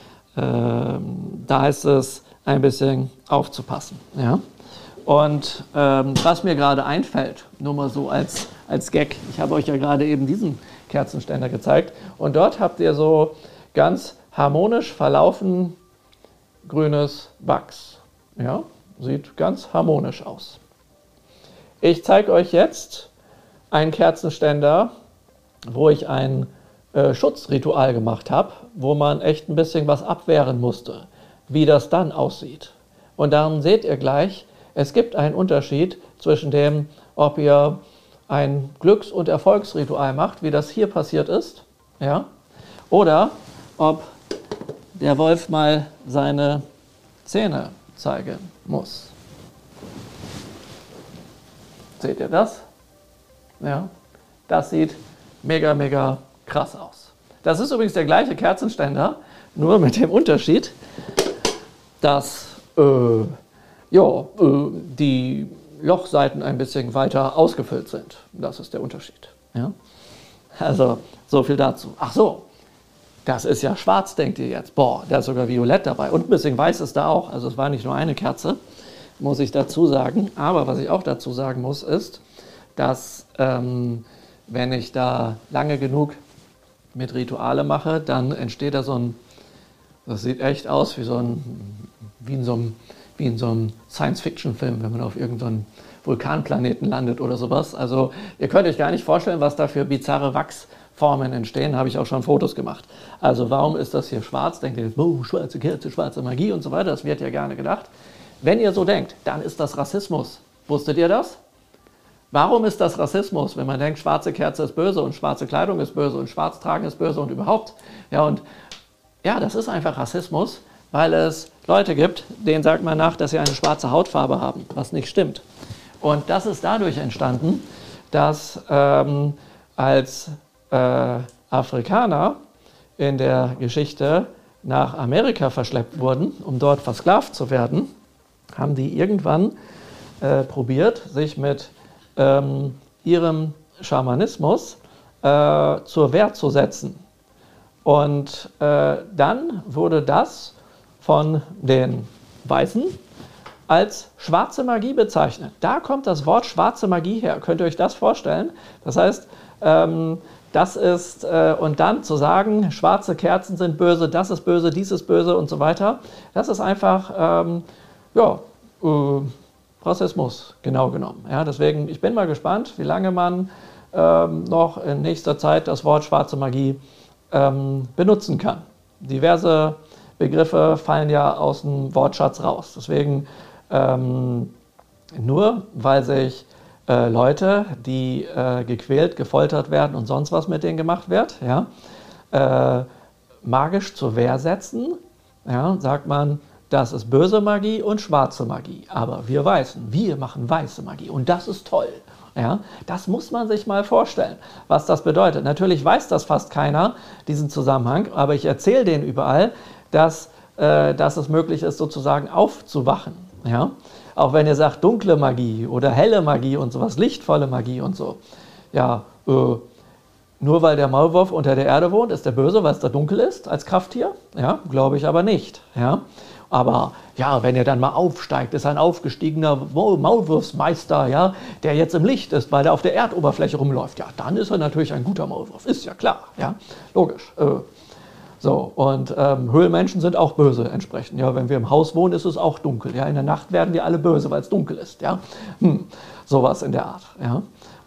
da heißt es, ein bisschen aufzupassen. Ja? Und was mir gerade einfällt, nur mal so als Gag, ich habe euch ja gerade eben diesen Kerzenständer gezeigt und dort habt ihr so ganz harmonisch verlaufen grünes Wachs. Ja, sieht ganz harmonisch aus. Ich zeige euch jetzt einen Kerzenständer, wo ich ein Schutzritual gemacht habe, wo man echt ein bisschen was abwehren musste, wie das dann aussieht. Und darum seht ihr gleich, es gibt einen Unterschied zwischen dem, ob ihr ein Glücks- und Erfolgsritual macht, wie das hier passiert ist, ja, oder ob der Wolf mal seine Zähne zeigen muss. Seht ihr das? Ja, das sieht mega, mega krass aus. Das ist übrigens der gleiche Kerzenständer, nur mit dem Unterschied, dass die Lochseiten ein bisschen weiter ausgefüllt sind. Das ist der Unterschied. Ja? Also, so viel dazu. Ach so, das ist ja schwarz, denkt ihr jetzt. Boah, da ist sogar Violett dabei. Und ein bisschen weiß ist da auch. Also es war nicht nur eine Kerze, muss ich dazu sagen. Aber was ich auch dazu sagen muss, ist, dass wenn ich da lange genug mit Rituale mache, dann entsteht da so ein, das sieht echt aus wie in so einem Science-Fiction-Film, wenn man auf irgendeinem Vulkanplaneten landet oder sowas. Also ihr könnt euch gar nicht vorstellen, was da für bizarre Wachsformen entstehen, habe ich auch schon Fotos gemacht. Also warum ist das hier schwarz? Denkt ihr, oh, schwarze Kerze, schwarze Magie und so weiter, das wird ja gerne gedacht. Wenn ihr so denkt, dann ist das Rassismus. Wusstet ihr das? Warum ist das Rassismus, wenn man denkt, schwarze Kerze ist böse und schwarze Kleidung ist böse und schwarz tragen ist böse und überhaupt? Ja, und ja, das ist einfach Rassismus, weil es Leute gibt, denen sagt man nach, dass sie eine schwarze Hautfarbe haben, was nicht stimmt. Und das ist dadurch entstanden, dass als Afrikaner in der Geschichte nach Amerika verschleppt wurden, um dort versklavt zu werden, haben die irgendwann probiert, sich mit ihrem Schamanismus zur Wehr zu setzen. Und dann wurde das von den Weißen als schwarze Magie bezeichnet. Da kommt das Wort schwarze Magie her. Könnt ihr euch das vorstellen? Das heißt, das ist, und dann zu sagen, schwarze Kerzen sind böse, das ist böse, dies ist böse und so weiter, das ist einfach, Rassismus, genau genommen. Ja, deswegen, ich bin mal gespannt, wie lange man noch in nächster Zeit das Wort schwarze Magie benutzen kann. Diverse Begriffe fallen ja aus dem Wortschatz raus. Deswegen nur, weil sich Leute, die gequält, gefoltert werden und sonst was mit denen gemacht wird, ja, magisch zur Wehr setzen, ja, sagt man, das ist böse Magie und schwarze Magie. Aber wir Weißen, wir machen weiße Magie und das ist toll. Ja, das muss man sich mal vorstellen, was das bedeutet. Natürlich weiß das fast keiner, diesen Zusammenhang, aber ich erzähle denen überall, dass es möglich ist, sozusagen aufzuwachen. Ja? Auch wenn ihr sagt, dunkle Magie oder helle Magie und sowas, lichtvolle Magie und so. Ja, nur weil der Maulwurf unter der Erde wohnt, ist der böse, weil es da dunkel ist als Krafttier? Ja, glaube ich aber nicht. Ja? Aber ja, wenn er dann mal aufsteigt, ist ein aufgestiegener Maulwurfsmeister, ja, der jetzt im Licht ist, weil er auf der Erdoberfläche rumläuft. Ja, dann ist er natürlich ein guter Maulwurf. Ist ja klar, ja, logisch. So, und Höhlenmenschen sind auch böse entsprechend. Ja, wenn wir im Haus wohnen, ist es auch dunkel. Ja, in der Nacht werden wir alle böse, weil es dunkel ist. Ja, sowas in der Art. Ja.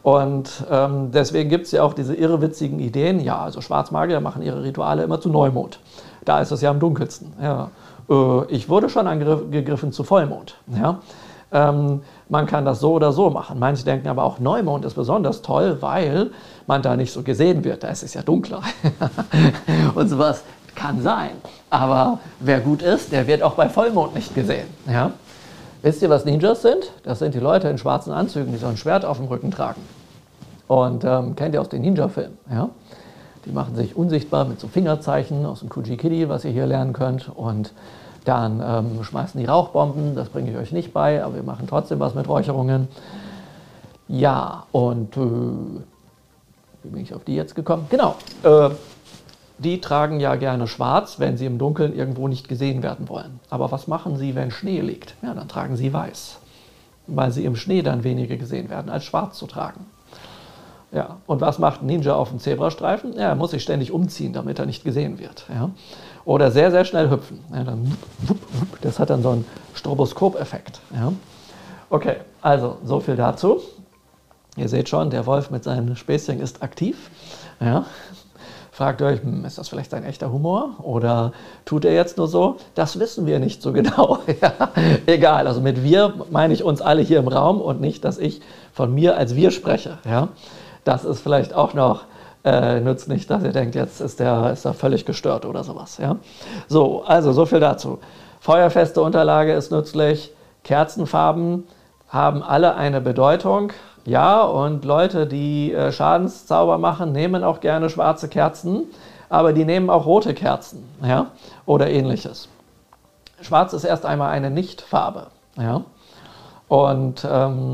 Und deswegen gibt es ja auch diese irrewitzigen Ideen. Ja, also Schwarzmagier machen ihre Rituale immer zu Neumond. Da ist es ja am dunkelsten. Ja. Ich wurde schon angegriffen zu Vollmond. Ja. Man kann das so oder so machen. Manche denken aber auch, Neumond ist besonders toll, weil man da nicht so gesehen wird. Da ist es ja dunkler. Und sowas kann sein. Aber wer gut ist, der wird auch bei Vollmond nicht gesehen. Ja. Wisst ihr, was Ninjas sind? Das sind die Leute in schwarzen Anzügen, die so ein Schwert auf dem Rücken tragen. Und kennt ihr aus den Ninja-Filmen? Ja? Die machen sich unsichtbar mit so Fingerzeichen aus dem Kuji-Kidi, was ihr hier lernen könnt. Und dann schmeißen die Rauchbomben, das bringe ich euch nicht bei, aber wir machen trotzdem was mit Räucherungen. Ja, und wie bin ich auf die jetzt gekommen? Genau, die tragen ja gerne schwarz, wenn sie im Dunkeln irgendwo nicht gesehen werden wollen. Aber was machen sie, wenn Schnee liegt? Ja, dann tragen sie weiß, weil sie im Schnee dann weniger gesehen werden, als schwarz zu tragen. Ja, und was macht ein Ninja auf dem Zebrastreifen? Ja, er muss sich ständig umziehen, damit er nicht gesehen wird. Ja. Oder sehr, sehr schnell hüpfen. Ja, dann, das hat dann so einen Stroboskop-Effekt. Ja. Okay, also so viel dazu. Ihr seht schon, der Wolf mit seinen Späßchen ist aktiv. Ja. Fragt euch, ist das vielleicht sein echter Humor oder tut er jetzt nur so? Das wissen wir nicht so genau. Ja, egal, also mit wir meine ich uns alle hier im Raum und nicht, dass ich von mir als wir spreche. Ja. Das ist vielleicht auch noch nützlich, dass ihr denkt, jetzt ist er völlig gestört oder sowas. Ja. So, also so viel dazu. Feuerfeste Unterlage ist nützlich. Kerzenfarben haben alle eine Bedeutung. Ja, und Leute, die Schadenszauber machen, nehmen auch gerne schwarze Kerzen, aber die nehmen auch rote Kerzen, ja, oder ähnliches. Schwarz ist erst einmal eine Nichtfarbe, ja, und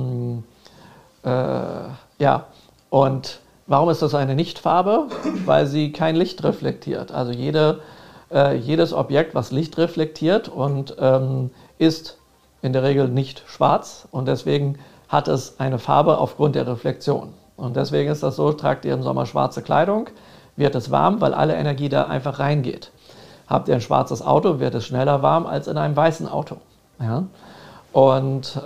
ja, und warum ist das eine Nichtfarbe? Weil sie kein Licht reflektiert. Also jedes Objekt, was Licht reflektiert und ist in der Regel nicht schwarz und deswegen hat es eine Farbe aufgrund der Reflexion. Und deswegen ist das so, tragt ihr im Sommer schwarze Kleidung, wird es warm, weil alle Energie da einfach reingeht. Habt ihr ein schwarzes Auto, wird es schneller warm als in einem weißen Auto. Ja? Und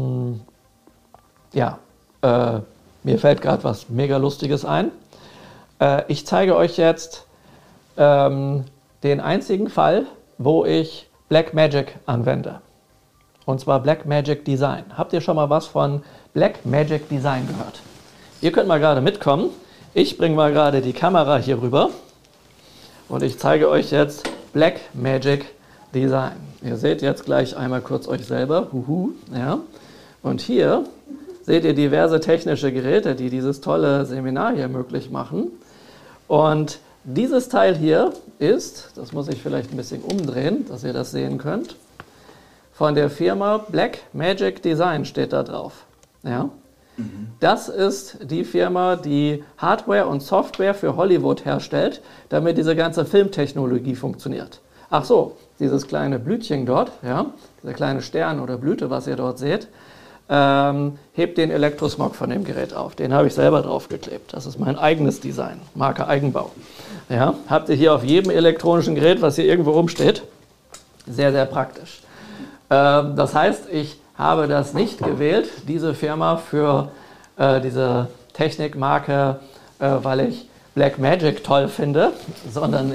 mir fällt gerade was mega Lustiges ein. Ich zeige euch jetzt den einzigen Fall, wo ich Black Magic anwende. Und zwar Black Magic Design. Habt ihr schon mal was von Black Magic Design gehört? Ihr könnt mal gerade mitkommen. Ich bringe mal gerade die Kamera hier rüber. Und ich zeige euch jetzt Black Magic Design. Ihr seht jetzt gleich einmal kurz euch selber. Ja. Und hier seht ihr diverse technische Geräte, die dieses tolle Seminar hier möglich machen. Und dieses Teil hier ist, das muss ich vielleicht ein bisschen umdrehen, dass ihr das sehen könnt, von der Firma Black Magic Design steht da drauf. Ja? Das ist die Firma, die Hardware und Software für Hollywood herstellt, damit diese ganze Filmtechnologie funktioniert. Ach so, dieses kleine Blütchen dort, ja, dieser kleine Stern oder Blüte, was ihr dort seht, hebt den Elektrosmog von dem Gerät auf. Den habe ich selber draufgeklebt. Das ist mein eigenes Design, Marke Eigenbau. Ja? Habt ihr hier auf jedem elektronischen Gerät, was hier irgendwo rumsteht. Sehr, sehr praktisch. Das heißt, ich habe das nicht gewählt, diese Firma für diese Technikmarke, weil ich Black Magic toll finde, sondern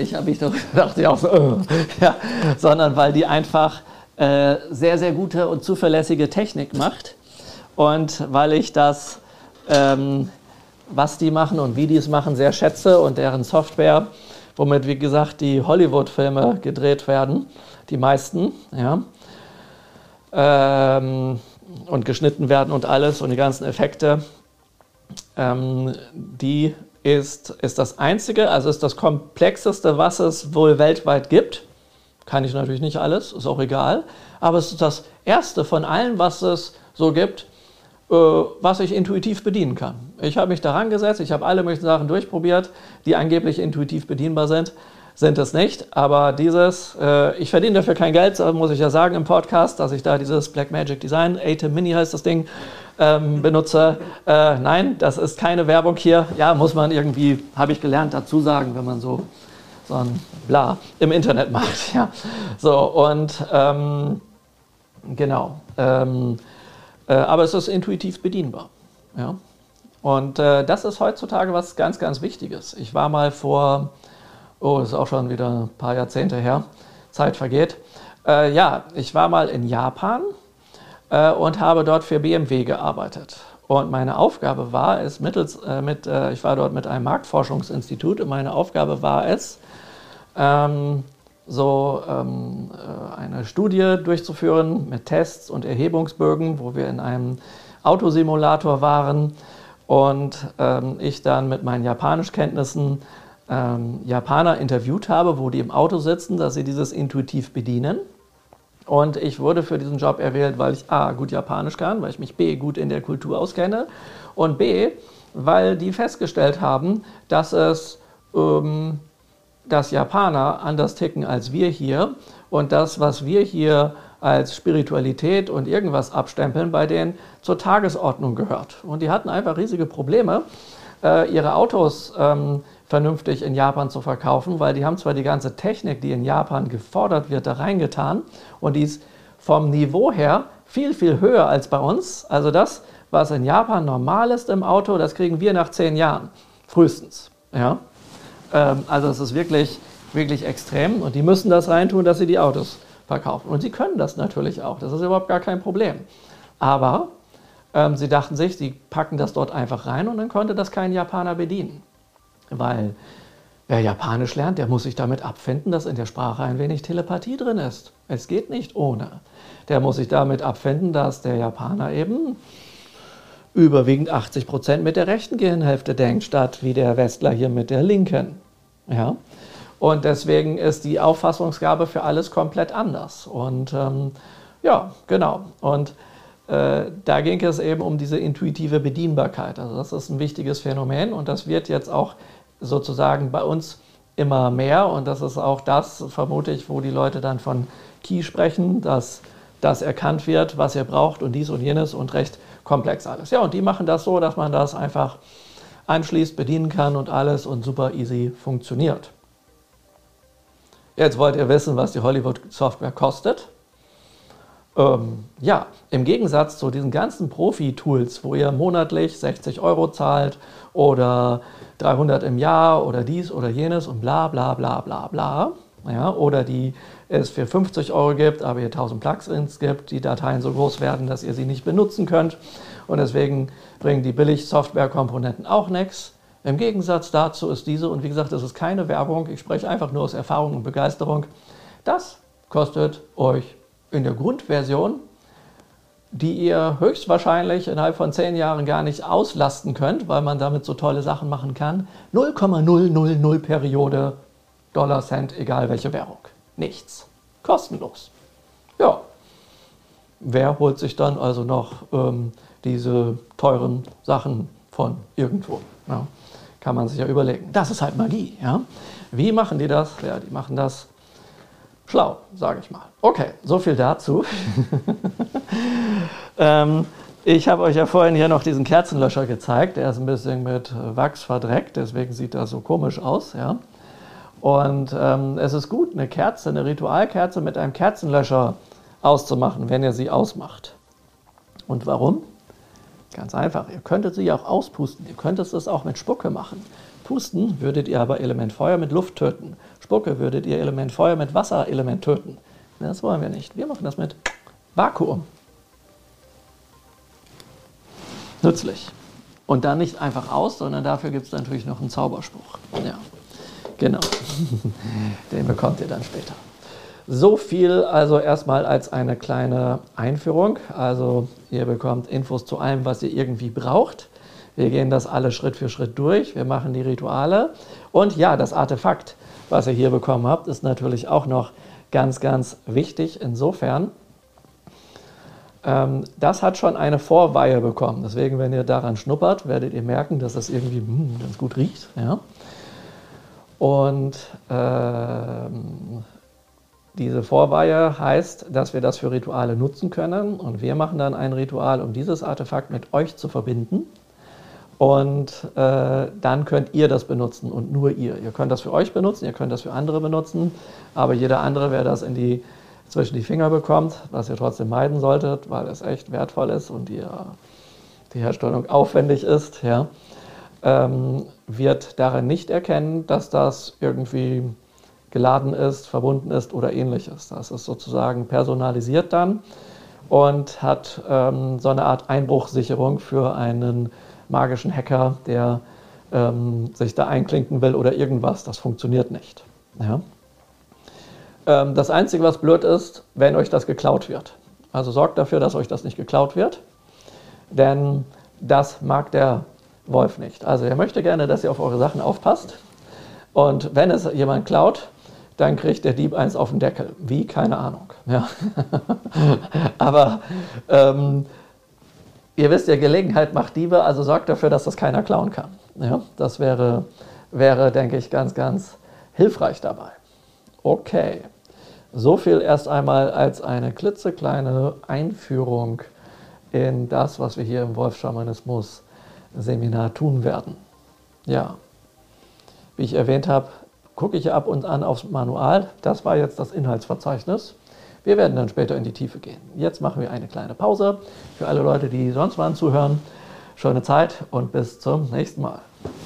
sondern weil die einfach sehr, sehr gute und zuverlässige Technik macht und weil ich das, was die machen und wie die es machen, sehr schätze und deren Software, womit, wie gesagt, die Hollywood-Filme gedreht werden, die meisten, ja, und geschnitten werden und alles und die ganzen Effekte, die ist das einzige, also ist das komplexeste, was es wohl weltweit gibt. Kann ich natürlich nicht alles, ist auch egal, aber es ist das erste von allen, was es so gibt, was ich intuitiv bedienen kann. Ich habe mich daran gesetzt, ich habe alle möglichen Sachen durchprobiert, die angeblich intuitiv bedienbar sind es nicht, aber dieses, ich verdiene dafür kein Geld, muss ich ja sagen im Podcast, dass ich da dieses Black Magic Design, ATEM Mini heißt das Ding, benutze. Nein, das ist keine Werbung hier. Ja, muss man irgendwie, habe ich gelernt, dazu sagen, wenn man so ein Bla im Internet macht. Ja. So, und genau. Aber es ist intuitiv bedienbar. Ja. Und das ist heutzutage was ganz, ganz Wichtiges. Ich war mal vor, das ist auch schon wieder ein paar Jahrzehnte her, Zeit vergeht. Ich war mal in Japan und habe dort für BMW gearbeitet. Und meine Aufgabe war es, ich war dort mit einem Marktforschungsinstitut und meine Aufgabe war es, eine Studie durchzuführen mit Tests und Erhebungsbögen, wo wir in einem Autosimulator waren und ich dann mit meinen Japanischkenntnissen Japaner interviewt habe, wo die im Auto sitzen, dass sie dieses intuitiv bedienen. Und ich wurde für diesen Job erwählt, weil ich A, gut Japanisch kann, weil ich mich B, gut in der Kultur auskenne und B, weil die festgestellt haben, dass Japaner anders ticken als wir hier und das, was wir hier als Spiritualität und irgendwas abstempeln, bei denen zur Tagesordnung gehört. Und die hatten einfach riesige Probleme, ihre Autos vernünftig in Japan zu verkaufen, weil die haben zwar die ganze Technik, die in Japan gefordert wird, da reingetan und die ist vom Niveau her viel, viel höher als bei uns. Also das, was in Japan normal ist im Auto, das kriegen wir nach 10 Jahren, frühestens. Ja? Also es ist wirklich, wirklich extrem und die müssen das reintun, dass sie die Autos verkaufen. Und sie können das natürlich auch, das ist überhaupt gar kein Problem. Aber sie dachten sich, sie packen das dort einfach rein und dann konnte das kein Japaner bedienen. Weil wer Japanisch lernt, der muss sich damit abfinden, dass in der Sprache ein wenig Telepathie drin ist. Es geht nicht ohne. Der muss sich damit abfinden, dass der Japaner eben überwiegend 80% mit der rechten Gehirnhälfte denkt, statt wie der Westler hier mit der linken. Ja? Und deswegen ist die Auffassungsgabe für alles komplett anders. Und genau. Und da ging es eben um diese intuitive Bedienbarkeit. Also das ist ein wichtiges Phänomen und das wird jetzt auch sozusagen bei uns immer mehr und das ist auch das, vermute ich, wo die Leute dann von Qi sprechen, dass das erkannt wird, was ihr braucht und dies und jenes und recht komplex alles. Ja, und die machen das so, dass man das einfach anschließt, bedienen kann und alles und super easy funktioniert. Jetzt wollt ihr wissen, was die Hollywood-Software kostet. Im Gegensatz zu diesen ganzen Profi-Tools, wo ihr monatlich 60 € zahlt oder 300 im Jahr oder dies oder jenes und bla bla bla bla bla, ja, oder die es für 50 € gibt, aber ihr 1000 Plugins gibt, die Dateien so groß werden, dass ihr sie nicht benutzen könnt und deswegen bringen die Billig-Software-Komponenten auch nichts. Im Gegensatz dazu ist diese, und wie gesagt, das ist keine Werbung, ich spreche einfach nur aus Erfahrung und Begeisterung, das kostet euch in der Grundversion, die ihr höchstwahrscheinlich innerhalb von 10 Jahren gar nicht auslasten könnt, weil man damit so tolle Sachen machen kann, 0,000 Periode Dollar, Cent, egal welche Währung. Nichts. Kostenlos. Ja. Wer holt sich dann also noch diese teuren Sachen von irgendwo? Ja. Kann man sich ja überlegen. Das ist halt Magie. Ja? Wie machen die das? Ja, die machen das schlau, sage ich mal. Okay, so viel dazu. Ich habe euch ja vorhin hier noch diesen Kerzenlöscher gezeigt. Der ist ein bisschen mit Wachs verdreckt, deswegen sieht das so komisch aus. Ja? Und es ist gut, eine Kerze, eine Ritualkerze mit einem Kerzenlöscher auszumachen, wenn ihr sie ausmacht. Und warum? Ganz einfach, ihr könntet sie auch auspusten. Ihr könntet es auch mit Spucke machen. Pusten würdet ihr aber Element Feuer mit Luft töten. Spucke würdet ihr Element Feuer mit Wasserelement töten. Das wollen wir nicht. Wir machen das mit Vakuum. Nützlich. Und dann nicht einfach aus, sondern dafür gibt es natürlich noch einen Zauberspruch. Ja, genau. Den bekommt ihr dann später. So viel also erstmal als eine kleine Einführung. Also ihr bekommt Infos zu allem, was ihr irgendwie braucht. Wir gehen das alles Schritt für Schritt durch. Wir machen die Rituale. Und ja, das Artefakt, was ihr hier bekommen habt, ist natürlich auch noch ganz, ganz wichtig. Insofern, das hat schon eine Vorweihe bekommen. Deswegen, wenn ihr daran schnuppert, werdet ihr merken, dass das irgendwie ganz gut riecht. Ja? Und diese Vorweihe heißt, dass wir das für Rituale nutzen können. Und wir machen dann ein Ritual, um dieses Artefakt mit euch zu verbinden. Und dann könnt ihr das benutzen und nur ihr. Ihr könnt das für euch benutzen, ihr könnt das für andere benutzen, aber jeder andere, wer das zwischen die Finger bekommt, was ihr trotzdem meiden solltet, weil es echt wertvoll ist und ihr die Herstellung aufwendig ist, ja, wird darin nicht erkennen, dass das irgendwie geladen ist, verbunden ist oder ähnliches. Das ist sozusagen personalisiert dann und hat so eine Art Einbruchsicherung für einen magischen Hacker, der sich da einklinken will oder irgendwas. Das funktioniert nicht. Ja. Das Einzige, was blöd ist, wenn euch das geklaut wird. Also sorgt dafür, dass euch das nicht geklaut wird, denn das mag der Wolf nicht. Also er möchte gerne, dass ihr auf eure Sachen aufpasst und wenn es jemand klaut, dann kriegt der Dieb eins auf den Deckel. Wie? Keine Ahnung. Ja. Aber ihr wisst ja, Gelegenheit macht Diebe, also sorgt dafür, dass das keiner klauen kann. Ja. Das wäre, denke ich, ganz, ganz hilfreich dabei. Okay. So viel erst einmal als eine klitzekleine Einführung in das, was wir hier im Wolfschamanismus-Seminar tun werden. Ja, wie ich erwähnt habe, gucke ich ab und an aufs Manual. Das war jetzt das Inhaltsverzeichnis. Wir werden dann später in die Tiefe gehen. Jetzt machen wir eine kleine Pause. Für alle Leute, die sonst wann zuhören, schöne Zeit und bis zum nächsten Mal.